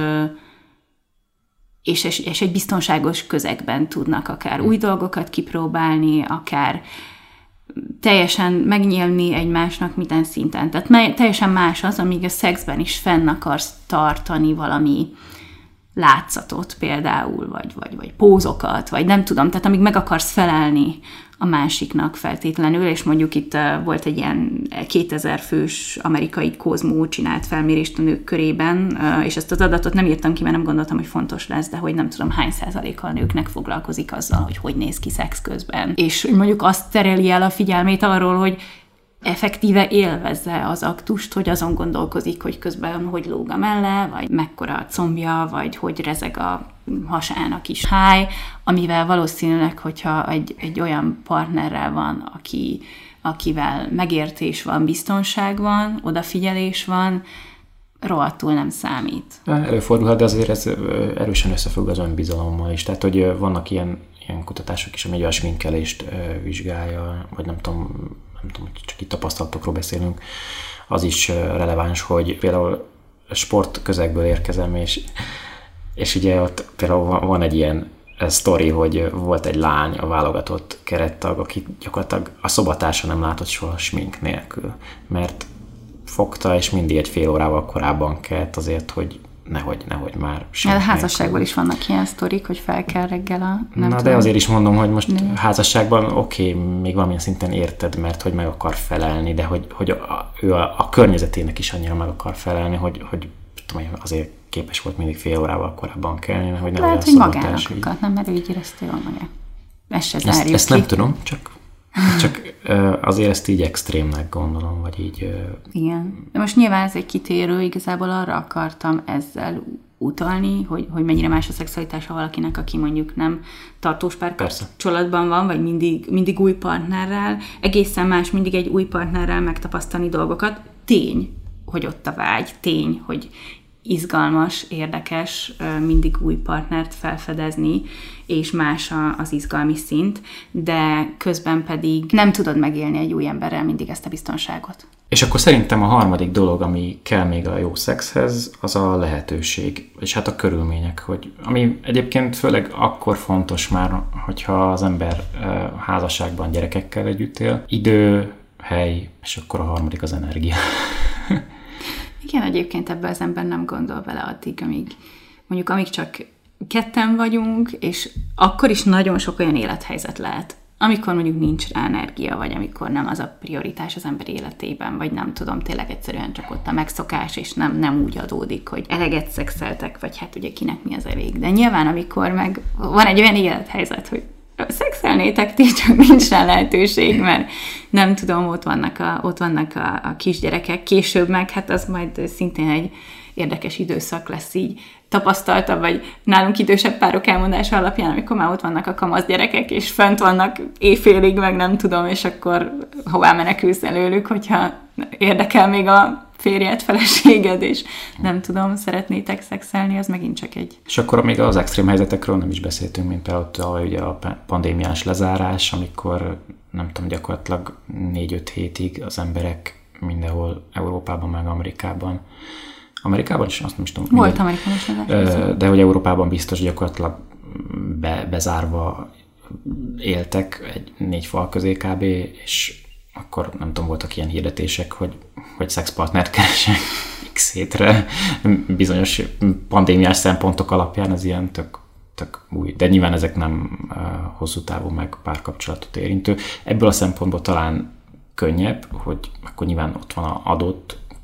egy biztonságos közegben tudnak akár új dolgokat kipróbálni, akár teljesen megnyílni egymásnak minden szinten. Tehát teljesen más az, amíg a szexben is fenn akarsz tartani valami látszatot például, vagy pózokat, vagy nem tudom, tehát amíg meg akarsz felelni a másiknak feltétlenül, és mondjuk itt volt egy ilyen 2000 fős amerikai Kozmó csinált felmérést a nők körében, és ezt az adatot nem írtam ki, mert nem gondoltam, hogy fontos lesz, de hogy nem tudom hány százaléka a nőknek foglalkozik azzal, hogy néz ki szex közben. És mondjuk azt tereli el a figyelmét arról, hogy effektíve élvezze az aktust, hogy azon gondolkozik, hogy közben hogy lóg a melle, vagy mekkora a combja, vagy hogy rezeg a hasán a kis háj, amivel valószínűleg, hogyha egy olyan partnerrel van, akivel megértés van, biztonság van, odafigyelés van, rohadtul nem számít. Előfordulhat, de azért ez erősen összefügg az önbizalommal is. Tehát, hogy vannak ilyen kutatások is, ami a sminkelést vizsgálja, vagy nem tudom, csak itt tapasztalatokról beszélünk, az is releváns, hogy például sportközegből érkezem, és ugye ott például van egy ilyen sztori, hogy volt egy lány, a válogatott kerettag, aki gyakorlatilag a szobatársa nem látott soha smink nélkül, mert fogta, és mindig egy fél órával korábban kelt azért, hogy nehogy már smink nélkül. A házasságból is vannak ilyen sztorik, hogy fel kell reggel de azért is mondom, hogy most házasságban oké, még valamilyen szinten érted, mert hogy meg akar felelni, de hogy ő a környezetének is annyira meg akar felelni, hogy tudom, azért képes volt mindig fél órával korábban kelni, hogy nehogy lehet, hogy magának akart, nem, mert ő így érezte jól magát. Ezt se zárjuk ki. Ezt nem tudom, csak azért ezt így extrémnek gondolom, vagy így... Igen. De most nyilván ez egy kitérő, igazából arra akartam ezzel utalni, hogy mennyire más a szexualitása valakinek, aki mondjuk nem tartós párkapcsolatban van, vagy mindig új partnerrel. Egészen más mindig egy új partnerrel megtapasztalni dolgokat. Tény, hogy ott a vágy. Tény, hogy izgalmas, érdekes mindig új partnert felfedezni, és más az izgalmi szint, de közben pedig nem tudod megélni egy új emberrel mindig ezt a biztonságot. És akkor szerintem a harmadik dolog, ami kell még a jó szexhez, az a lehetőség, és hát a körülmények, ami egyébként főleg akkor fontos már, hogyha az ember házasságban gyerekekkel együtt él. Idő, hely, és akkor a harmadik az energia. Igen, egyébként ebben az ember nem gondol bele addig, amíg csak ketten vagyunk, és akkor is nagyon sok olyan élethelyzet lehet, amikor mondjuk nincs rá energia, vagy amikor nem az a prioritás az ember életében, vagy nem tudom, tényleg egyszerűen csak ott a megszokás, és nem úgy adódik, hogy eleget szexeltek, vagy hát ugye kinek mi az elég. De nyilván, amikor meg van egy olyan élethelyzet, hogy szexelnétek ti, csak nincs rá lehetőség, mert nem tudom, ott vannak a kisgyerekek, később meg, hát az majd szintén egy érdekes időszak lesz így tapasztaltabb, vagy nálunk idősebb párok elmondása alapján, amikor már ott vannak a kamasz gyerekek, és fönt vannak éjfélig, meg nem tudom, és akkor hová menekülsz előlük, hogyha érdekel még a férjed, feleséged, és nem tudom, szeretnétek szexelni, az megint csak egy... És akkor még az extrém helyzetekről nem is beszéltünk, mint például ugye a pandémiás lezárás, amikor nem tudom, gyakorlatilag 4-5 hétig az emberek mindenhol Európában, meg Amerikában is, azt nem is tudom. Volt Amerikában is lezárás. De hogy Európában biztos gyakorlatilag bezárva éltek egy 4 fal közé kb. És akkor nem tudom, voltak ilyen hirdetések, hogy szexpartnert keresek x hétre bizonyos pandémiás szempontok alapján, ez ilyen tök új. De nyilván ezek nem hosszú távú meg párkapcsolatot érintő. Ebből a szempontból talán könnyebb, hogy akkor nyilván ott van a adott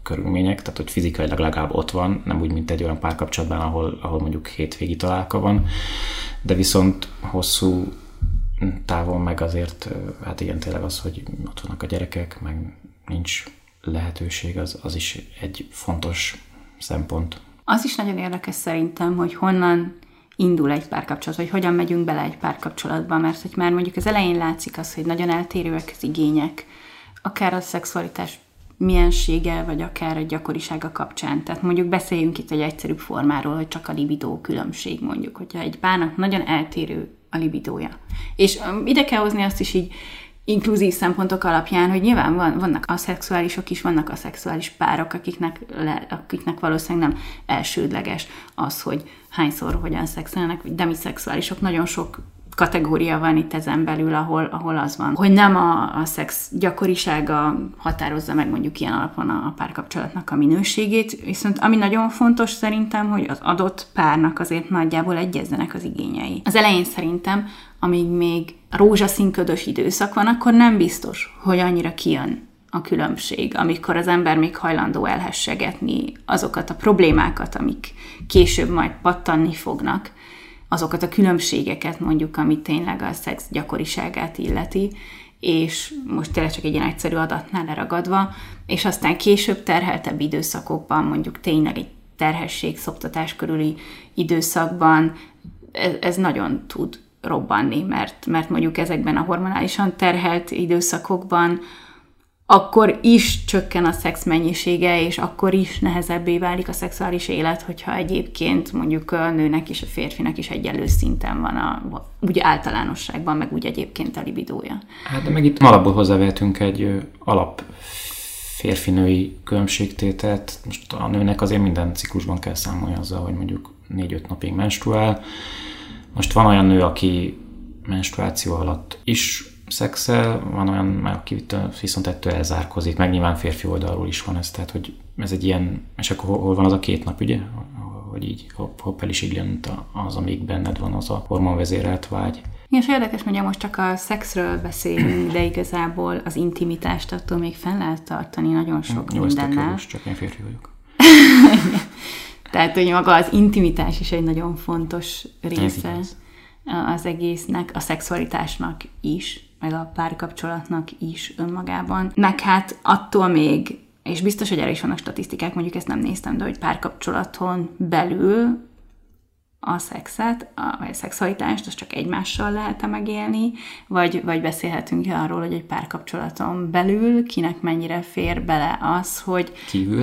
körülmények, tehát hogy fizikailag legalább ott van, nem úgy, mint egy olyan párkapcsolatban, ahol mondjuk hétvégi találka van, de viszont hosszú távon meg azért, hát igen, tényleg az, hogy ott vannak a gyerekek, meg nincs lehetőség, az is egy fontos szempont. Az is nagyon érdekes szerintem, hogy honnan indul egy párkapcsolat, vagy hogyan megyünk bele egy párkapcsolatba, mert hogy már mondjuk az elején látszik az, hogy nagyon eltérőek az igények, akár a szexualitás miensége, vagy akár a gyakorisága kapcsán. Tehát mondjuk beszéljünk itt egy egyszerűbb formáról, hogy csak a libidó különbség mondjuk, hogyha egy párnak nagyon eltérő a libidója. És ide kell hozni azt is így inkluzív szempontok alapján, hogy nyilván vannak aszexuálisok is, vannak aszexuális párok, akiknek valószínűleg nem elsődleges az, hogy hányszor hogyan szexelnek, vagy demiszexuálisok, nagyon sok kategória van itt ezen belül, ahol az van, hogy nem a szex gyakorisága határozza meg mondjuk ilyen alapon a párkapcsolatnak a minőségét, viszont ami nagyon fontos szerintem, hogy az adott párnak azért nagyjából egyezzenek az igényei. Az elején szerintem, amíg még rózsaszínködös időszak van, akkor nem biztos, hogy annyira kijön a különbség, amikor az ember még hajlandó elhessegetni azokat a problémákat, amik később majd pattanni fognak, azokat a különbségeket mondjuk, amit tényleg a szex gyakoriságát illeti, és most tényleg csak egy ilyen egyszerű adatnál leragadva, és aztán később terheltebb időszakokban, mondjuk tényleg egy terhesség, szoptatás körüli időszakban ez nagyon tud robbanni, mert mondjuk ezekben a hormonálisan terhelt időszakokban akkor is csökken a szex mennyisége, és akkor is nehezebbé válik a szexuális élet, hogyha egyébként mondjuk a nőnek és a férfinak is egyenlő szinten van úgy általánosságban, meg úgy egyébként a libidója. Hát de meg itt alapból hozzávehetünk egy alap férfi-női különbségtételt. Most a nőnek azért minden ciklusban kell számolni azzal, hogy mondjuk 4-5 napig menstruál. Most van olyan nő, aki menstruáció alatt is szexel, van olyan, aki viszont ettől elzárkozik, meg nyilván férfi oldalról is van ez, tehát hogy ez egy ilyen, és akkor hol van az a 2 nap, ugye? Hogy így hopp el is illent az, amíg benned van az a hormonvezérelt vágy. Igen, és érdekes, hogy most csak a szexről beszélünk, de igazából az intimitást attól még fenn lehet tartani nagyon sok mindennel. Jó, csak én férfi vagyok. Tehát, hogy maga az intimitás is egy nagyon fontos része az egésznek, a szexualitásnak is, meg a párkapcsolatnak is önmagában. Meg hát attól még, és biztos, hogy erre is vannak statisztikák, mondjuk ezt nem néztem, de hogy párkapcsolaton belül a szexet, vagy a szexualitást, azt csak egymással lehet-e megélni, vagy beszélhetünk arról, hogy egy párkapcsolaton belül kinek mennyire fér bele az, hogy kívül,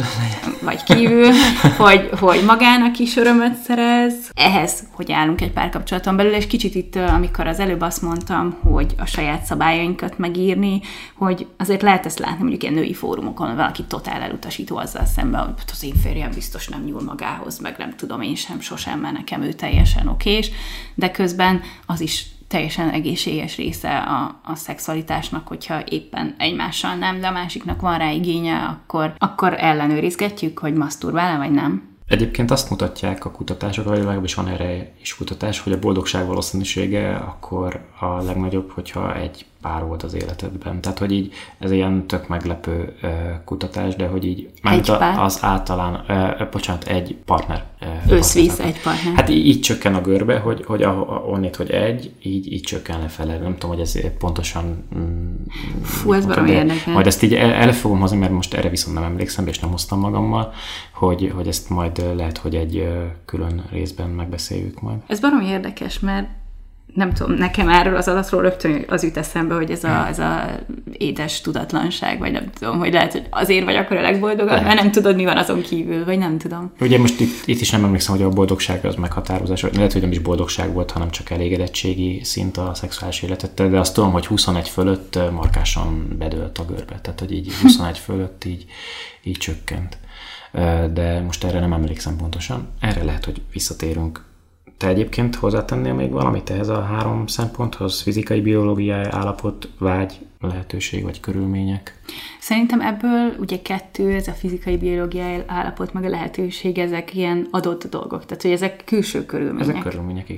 hogy magának is örömöt szerez. Ehhez, hogy állunk egy párkapcsolaton belül, és kicsit itt, amikor az előbb azt mondtam, hogy a saját szabályainkat megírni, hogy azért lehet ezt látni mondjuk ilyen női fórumokon, valaki totál elutasító azzal szemben, hogy az én férjem biztos nem nyúl magához, meg nem tudom én sem, sosem, mert nekem ő teljesen okés, de közben az is teljesen egészséges része a szexualitásnak, hogyha éppen egymással nem, de a másiknak van rá igénye, akkor ellenőrizgetjük, hogy maszturbál-e, vagy nem. Egyébként azt mutatják a kutatások, vagy legalábbis van erre is kutatás, hogy a boldogság valószínűsége akkor a legnagyobb, hogyha egy pár volt az életedben. Tehát, hogy így ez ilyen tök meglepő kutatás, de hogy így az általán, egy partner. Összvíz egy partner. Hát így csökken a görbe, hogy onnét, hogy így csökken lefele. Nem tudom, hogy ez pontosan... Fú, ez valami érdekel. Majd ezt így el fogom hozni, mert most erre viszont nem emlékszem, és nem hoztam magammal, hogy ezt majd lehet, hogy egy külön részben megbeszéljük majd. Ez valami érdekes, mert nem tudom, nekem erről az adatról rögtön az jut eszembe, hogy ez a édes tudatlanság, vagy nem tudom, hogy lehet, hogy azért vagy akkor a legboldogabb, mert nem tudod, mi van azon kívül, vagy nem tudom. Ugye most itt is nem emlékszem, hogy a boldogság az meghatározás, lehet, hogy nem is boldogság volt, hanem csak elégedettségi szint a szexuális életettel, de azt tudom, hogy 21 fölött markásan bedőlt a görbe, tehát hogy így 21 fölött így csökkent. De most erre nem emlékszem pontosan. Erre lehet, hogy visszatérünk. Te egyébként hozzátennél még valamit ehhez a 3 szemponthoz? Fizikai, biológiai állapot, vágy, lehetőség vagy körülmények? Szerintem ebből ugye 2, ez a fizikai, biológiai állapot, meg a lehetőség, ezek ilyen adott dolgok. Tehát, hogy ezek külső körülmények. Ezek körülmények, igen.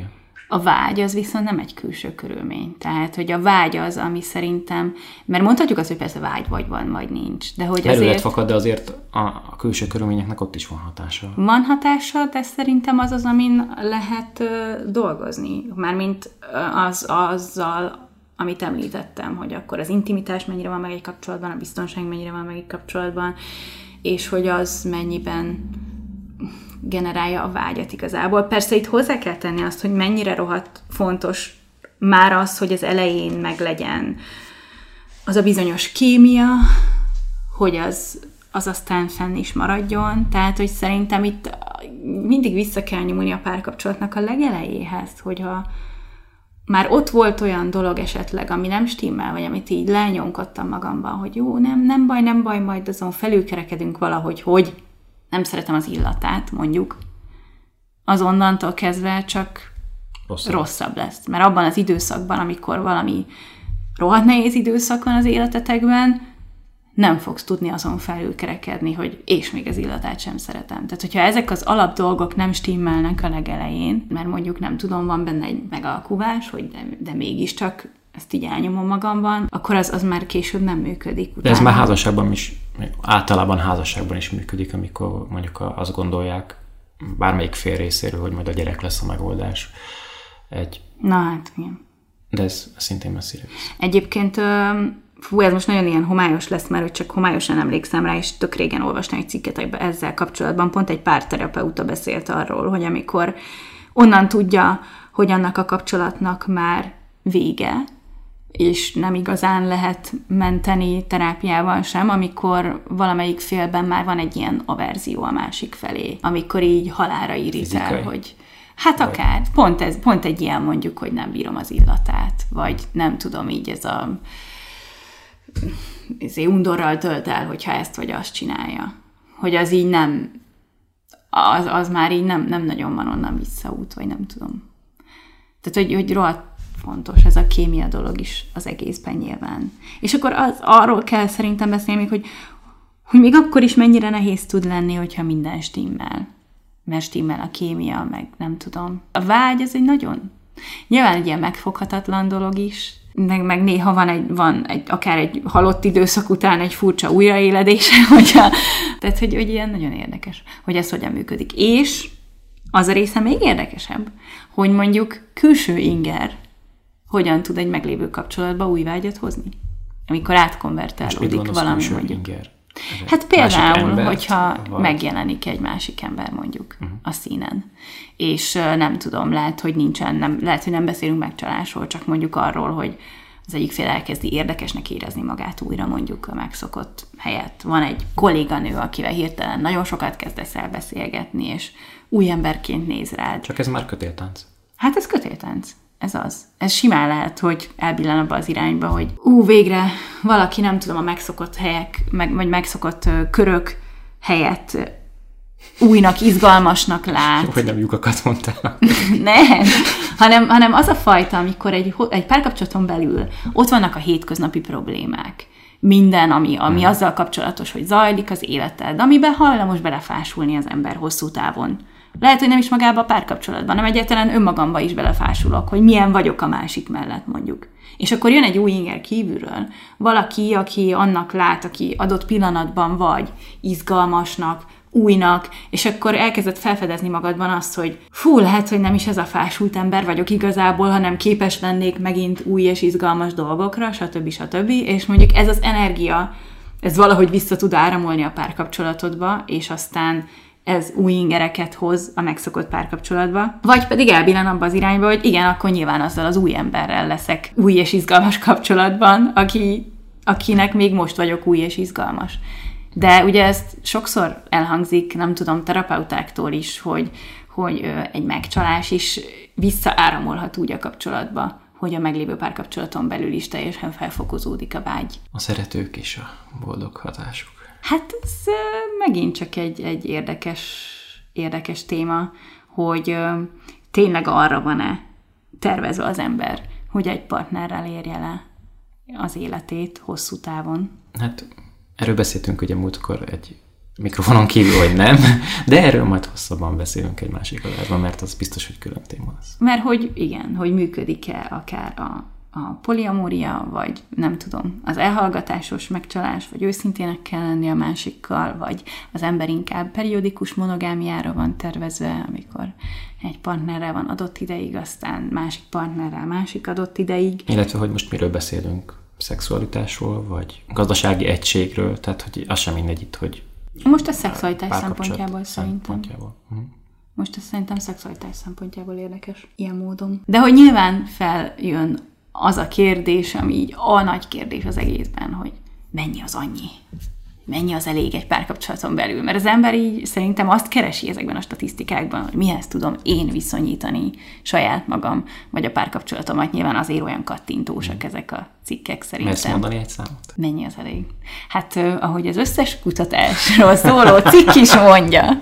A vágy az viszont nem egy külső körülmény. Tehát, hogy a vágy az, ami szerintem, mert mondhatjuk azt, hogy persze vágy vagy van, vagy nincs. De hogy belőled fakad, de azért a külső körülményeknek ott is van hatása. Van hatása, de szerintem az, amin lehet dolgozni. Mármint azzal, amit említettem, hogy akkor az intimitás mennyire van meg egy kapcsolatban, a biztonság mennyire van meg egy kapcsolatban, és hogy az mennyiben generálja a vágyat igazából. Persze itt hozzá kell tenni azt, hogy mennyire rohadt fontos már az, hogy az elején meglegyen az a bizonyos kémia, hogy az aztán fenn is maradjon. Tehát, hogy szerintem itt mindig vissza kell nyúlni a párkapcsolatnak a legelejéhez, hogyha már ott volt olyan dolog esetleg, ami nem stimmel, vagy amit így lenyomkodtam magamban, hogy jó, nem baj, majd azon felülkerekedünk valahogy, hogy nem szeretem az illatát, mondjuk, az onnantól kezdve csak rosszabb lesz. Mert abban az időszakban, amikor valami rohadt nehéz időszak van az életetekben, nem fogsz tudni azon felülkerekedni, hogy és még az illatát sem szeretem. Tehát, hogyha ezek az alap dolgok nem stimmelnek a legelején, mert mondjuk nem tudom, van benne egy megalkuvás, hogy de mégiscsak ezt így elnyomom magamban, akkor az már később nem működik. De ez már házasságban is, általában házasságban is működik, amikor mondjuk azt gondolják bármelyik fél részéről, hogy majd a gyerek lesz a megoldás. Na hát, igen. De ez szintén messzire visz. Egyébként, ez most nagyon ilyen homályos lesz, mert csak homályosan emlékszem rá, és tök régen olvastam egy cikket ezzel kapcsolatban. Pont egy párterapeuta beszélt arról, hogy amikor onnan tudja, hogy annak a kapcsolatnak már vége, és nem igazán lehet menteni terápiával sem, amikor valamelyik félben már van egy ilyen averzió a másik felé, amikor így halálra irritál, hogy hát akár, pont egy ilyen mondjuk, hogy nem bírom az illatát, vagy nem tudom, így ez undorral tölt el, hogyha ezt vagy azt csinálja. Hogy az így nem, az már így nem nagyon van onnan visszaút, vagy nem tudom. Tehát, hogy rohadt fontos ez a kémia dolog is az egészben nyilván. És akkor arról kell szerintem beszélni, hogy még akkor is mennyire nehéz tud lenni, hogyha minden stimmel. Mert stimmel a kémia, meg nem tudom. A vágy az egy nagyon... Nyilván egy ilyen megfoghatatlan dolog is, meg néha van egy akár egy halott időszak után egy furcsa újraéledése, tehát hogy ilyen nagyon érdekes, hogy ez hogyan működik. És az a része még érdekesebb, hogy mondjuk külső inger hogyan tud egy meglévő kapcsolatba új vágyat hozni, amikor átkonvertálódik valami mondjuk. Inger? Hát például, hogyha megjelenik egy másik ember mondjuk a színen, és nem tudom, lehet, hogy nem beszélünk megcsalásról, csak mondjuk arról, hogy az egyik fél elkezdi érdekesnek érezni magát újra mondjuk a megszokott helyett. Van egy kolléganő, akivel hirtelen nagyon sokat kezdesz el beszélgetni, és új emberként néz rád. Csak ez már kötéltánc. Hát ez kötéltánc. Ez az. Ez simán lehet, hogy elbillen abba az irányba, hogy végre valaki, nem tudom, a megszokott helyek, vagy megszokott körök helyett újnak, izgalmasnak lát. Jó, hogy nem lyukakat mondtál. Nem, hanem az a fajta, amikor egy párkapcsolaton belül ott vannak a hétköznapi problémák. Minden, ami azzal kapcsolatos, hogy zajlik az életed, amiben hajlamos belefásulni az ember hosszú távon. Lehet, hogy nem is magába a párkapcsolatban, hanem egyáltalán önmagamba is belefásulok, hogy milyen vagyok a másik mellett mondjuk. És akkor jön egy új inger kívülről, valaki, aki annak lát, aki adott pillanatban vagy izgalmasnak, újnak, és akkor elkezded felfedezni magadban azt, hogy lehet, hogy nem is ez a fásult ember vagyok igazából, hanem képes lennék megint új és izgalmas dolgokra, stb. És mondjuk ez az energia, ez valahogy vissza tud áramolni a párkapcsolatodba, és aztán ez új ingereket hoz a megszokott párkapcsolatba, vagy pedig elbillen abba az irányba, hogy igen, akkor nyilván azzal az új emberrel leszek új és izgalmas kapcsolatban, akinek még most vagyok új és izgalmas. De ugye ezt sokszor elhangzik, nem tudom, terapeutáktól is, hogy egy megcsalás is visszaáramolhat úgy a kapcsolatba, hogy a meglévő párkapcsolaton belül is teljesen felfokozódik a vágy. A szeretők és a boldog hatásuk. Hát ez megint csak egy érdekes téma, hogy tényleg arra van-e tervezve az ember, hogy egy partnerrel érje le az életét hosszú távon. Hát erről beszéltünk ugye múltkor egy mikrofonon kívül, hogy nem, de erről majd hosszabban beszélünk egy másik adásban, mert az biztos, hogy külön téma lesz. Mert hogy igen, hogy működik-e akár a poliamória, vagy nem tudom, az elhallgatásos megcsalás, vagy őszintének kell lenni a másikkal, vagy az ember inkább periódikus monogámiára van tervezve, amikor egy partnerrel van adott ideig, aztán másik partnerrel másik adott ideig. Illetve, hogy most miről beszélünk, szexualitásról, vagy gazdasági egységről, tehát hogy az sem mindegy itt, hogy most a szexualitás szempontjából szerintem. Uh-huh. Most ez szerintem szexualitás szempontjából érdekes, ilyen módon. De hogy nyilván feljön az a kérdés, ami így a nagy kérdés az egészben, hogy mennyi az annyi? Mennyi az elég egy párkapcsolaton belül? Mert az ember így szerintem azt keresi ezekben a statisztikákban, hogy mihez tudom én viszonyítani saját magam, vagy a párkapcsolatomat. Nyilván azért olyan kattintósak ezek a cikkek szerintem. Mersz mondani egy számot? Mennyi az elég? Hát ahogy az összes kutatásról szóló cikk is mondja,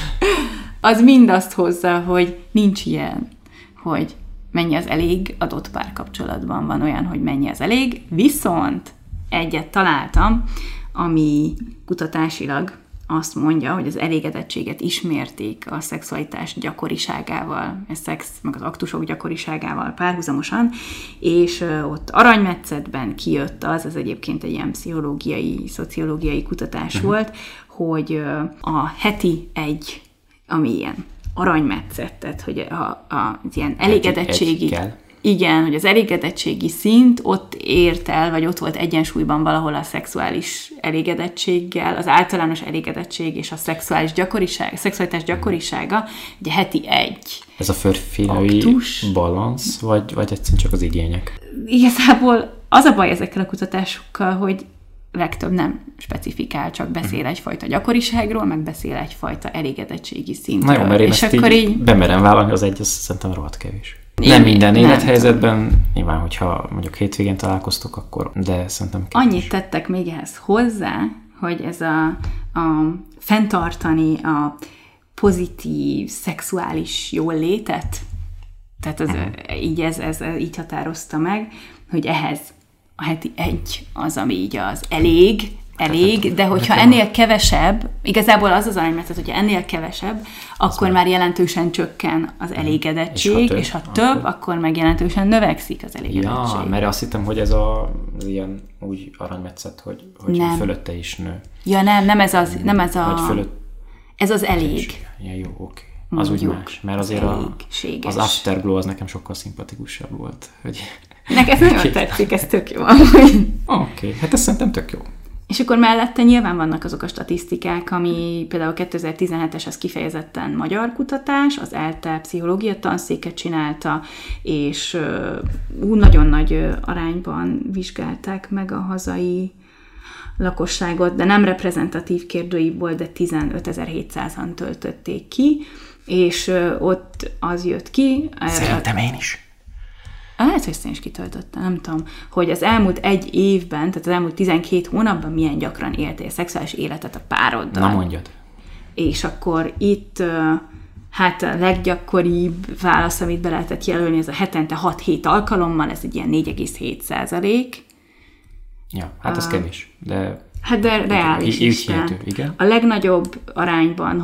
az mind azt hozza, hogy nincs ilyen, hogy mennyi az elég adott párkapcsolatban. Van olyan, hogy mennyi az elég, viszont egyet találtam, ami kutatásilag azt mondja, hogy az elégedettséget ismérték a szexualitás gyakoriságával, a szex, meg az aktusok gyakoriságával párhuzamosan, és ott aranymetszetben kijött ez egyébként egy ilyen pszichológiai, szociológiai kutatás volt, hogy a heti egy, ami ilyen aranymetszet, tehát hogy az ilyen elégedettségi... Igen, hogy az elégedettségi szint ott ért el, vagy ott volt egyensúlyban valahol a szexuális elégedettséggel, az általános elégedettség és a szexualitás gyakorisága, ugye heti egy. Ez a férfi-női balansz, vagy egyszerűen csak az igények? Igazából az a baj ezekkel a kutatásokkal, hogy legtöbb nem specifikál, csak beszél egyfajta gyakoriságról, meg beszél egyfajta elégedettségi szintről. Na jó, mert én és ezt akkor így bemerem vállalni, az egy, az szerintem rohadt kevés. Nem minden élethelyzetben, nyilván, hogyha mondjuk hétvégén találkoztok, akkor, de szerintem kevés. Annyit tettek még ehhez hozzá, hogy ez a fenntartani a pozitív szexuális jólétet, tehát ez így határozta meg, hogy ehhez a heti egy az, ami így az elég, de hogyha ennél kevesebb, igazából az aranymetszet, hogyha ennél kevesebb, akkor már jelentősen csökken az elégedettség, és ha több, akkor meg jelentősen növексzik az elégedettség. Ja, mert azt hittem, hogy ez az ilyen úgy aranymetszet, hogy fölötte is nő. Ja, nem ez az elég. Ja, jó, oké. Az úgy más, mert azért az Afterglow az nekem sokkal szimpatikusabb volt. Hogy neked nagyon tetszik, ez tök jó. Oké, hát ez szerintem tök jó. És akkor mellette nyilván vannak azok a statisztikák, ami például 2017-es, az kifejezetten magyar kutatás, az ELTE pszichológia tanszéket csinálta, és nagyon nagy arányban vizsgálták meg a hazai lakosságot, de nem reprezentatív kérdőívból, de 15.700-an töltötték ki, és ott az jött ki. Szerintem én is. Lehet, hogy én is kitöltöttem, nem tudom, hogy az elmúlt egy évben, tehát az elmúlt 12 hónapban milyen gyakran éltél szexuális életet a pároddal. Na mondjad. És akkor itt hát a leggyakoribb válasz, amit be lehetett jelölni, ez a hetente 6-7 alkalommal, ez egy ilyen 4,7%. Ja, hát ez kevés, de... Hát de reális is. Igen. A legnagyobb arányban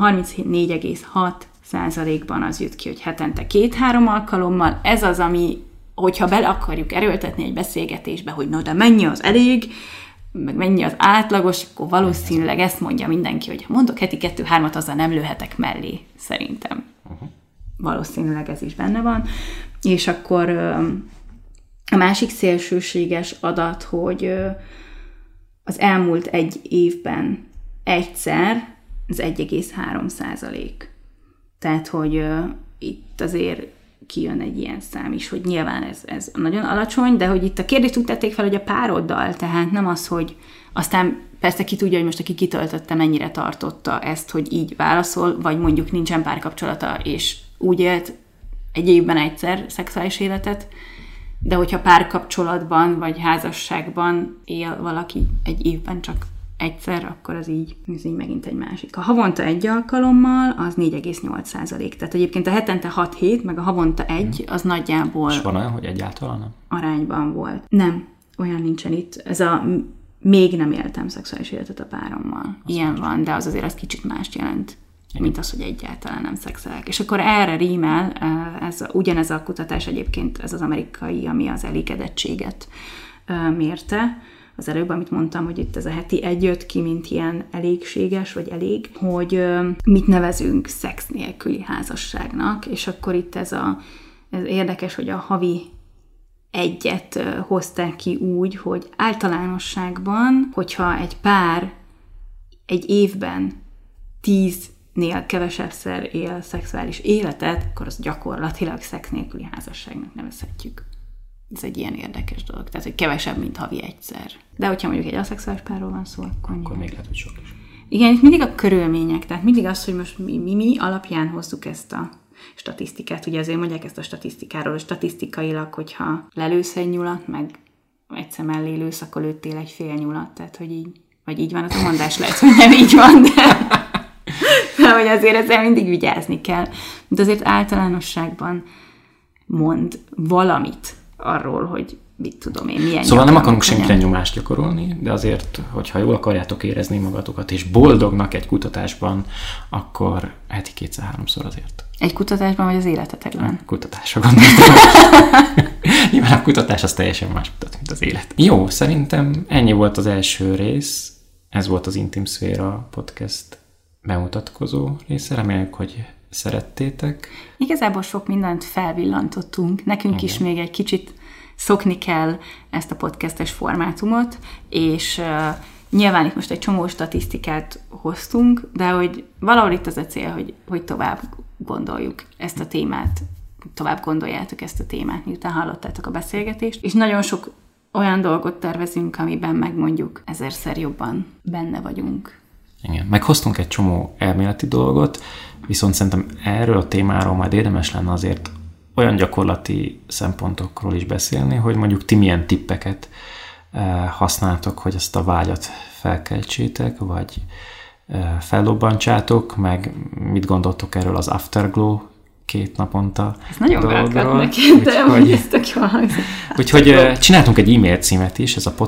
34,6%-ban az jött ki, hogy hetente 2-3 alkalommal. Ez az, ami, hogyha bele akarjuk erőltetni egy beszélgetésbe, hogy no, de mennyi az elég, meg mennyi az átlagos, akkor valószínűleg ezt mondja mindenki, hogy ha mondok heti 2-3-at, azzal nem lőhetek mellé, szerintem. Valószínűleg ez is benne van. És akkor a másik szélsőséges adat, hogy az elmúlt egy évben egyszer, az 1,3%. Tehát, hogy itt azért kijön egy ilyen szám is, hogy nyilván ez nagyon alacsony, de hogy itt a kérdést úgy tették fel, hogy a pároddal, tehát nem az, hogy aztán persze ki tudja, hogy most aki kitöltötte, mennyire tartotta ezt, hogy így válaszol, vagy mondjuk nincsen párkapcsolata, és úgy élt egy évben egyszer szexuális életet, de hogyha párkapcsolatban vagy házasságban él valaki egy évben csak egyszer, akkor ez így megint egy másik. Ha havonta egy alkalommal, az 4,8%. Tehát egyébként a hetente 6-7, meg a havonta egy, az nagyjából... És van olyan, hogy egyáltalán nem? Arányban volt. Nem, olyan nincsen itt. Ez a még nem éltem szexuális életet a párommal. Ilyen van, de az azért az kicsit mást jelent, mint az, hogy egyáltalán nem szexelek. És akkor erre rímel, ugyanez a kutatás egyébként, ez az amerikai, ami az elégedettséget mérte. Az előbb, amit mondtam, hogy itt ez a heti 1 jött ki, mint ilyen elégséges, vagy elég, hogy mit nevezünk szex nélküli házasságnak, és akkor itt ez érdekes, hogy a havi 1-et hozták ki úgy, hogy általánosságban, hogyha egy pár egy évben 10-nél kevesebbszer él szexuális életet, akkor az gyakorlatilag szex nélküli házasságnak nevezhetjük. Ez egy ilyen érdekes dolog. Tehát, hogy kevesebb, mint havi 1-szer. De hogyha mondjuk egy aszexuális párról van szó, akkor még lehet, hogy sok is. Igen, itt mindig a körülmények, tehát mindig az, hogy most mi alapján hozzuk ezt a statisztikát. Ugye azért mondják ezt a statisztikáról, hogy statisztikailag, hogyha lelősz egy nyulat, meg egyszer mellé lősz, akkor lőttél egy fél nyulat. Tehát, hogy így, vagy így van, az a mondás lehet, hogy nem így van, de hogy azért ezzel mindig vigyázni kell. De azért általánosságban mond valamit arról, hogy mit tudom én, milyen. Szóval nem akarunk senkire nyomást gyakorolni, de azért, hogyha jól akarjátok érezni magatokat, és boldognak egy kutatásban, akkor heti 2-3-szor azért. Egy kutatásban, vagy az életetekben? Kutatásra gondoltam. Nyilván a kutatás az teljesen más mutat, mint az élet. Jó, szerintem ennyi volt az első rész. Ez volt az Intim Szféra podcast bemutatkozó része. Reméljük, hogy szerettétek. Igazából sok mindent felvillantottunk. Nekünk is még egy kicsit szokni kell ezt a podcastes formátumot, és nyilván itt most egy csomó statisztikát hoztunk, de hogy valahol itt az a cél, hogy tovább gondoljuk ezt a témát, tovább gondoljátok ezt a témát, miután hallottátok a beszélgetést, és nagyon sok olyan dolgot tervezünk, amiben megmondjuk 1000-szer jobban benne vagyunk. Igen, meghoztunk egy csomó elméleti dolgot, viszont szerintem erről a témáról majd érdemes lenne azért olyan gyakorlati szempontokról is beszélni, hogy mondjuk ti milyen tippeket használtok, hogy ezt a vágyat felkeltsétek, vagy fellobbantsátok, meg mit gondoltok erről az Afterglow 2 naponta ez nagyon belkat neked, de úgy ez tök jól hangzik. Úgyhogy csináltunk egy e-mail címet is, ez a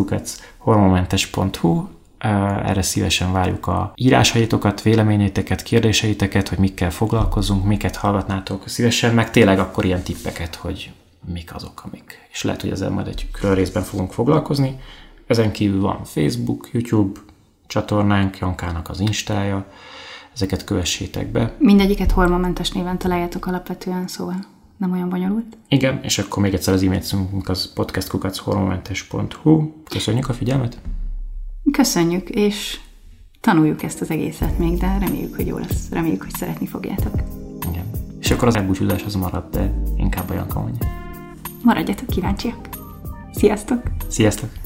podcast@hormonmentes.hu. Erre szívesen várjuk a írásaitokat, véleményeiteket, kérdéseiteket, hogy mikkel foglalkozunk, miket hallgatnátok szívesen, meg tényleg akkor ilyen tippeket, hogy mik azok, amik. És lehet, hogy ezzel majd egy külön részben fogunk foglalkozni. Ezen kívül van Facebook, YouTube csatornánk, Jankának az Instája, ezeket kövessétek be. Mindegyiket hormonmentes néven találjátok alapvetően, szóval nem olyan bonyolult. Igen, és akkor még egyszer az e-mail címünk az podcast@hormonmentes.hu. Köszönjük a figyelmet! Köszönjük, és tanuljuk ezt az egészet még, de reméljük, hogy jó lesz. Reméljük, hogy szeretni fogjátok. Igen. És akkor az elbúcsúzás az marad, de inkább a Janka mondja. Maradjatok kíváncsiak. Sziasztok! Sziasztok!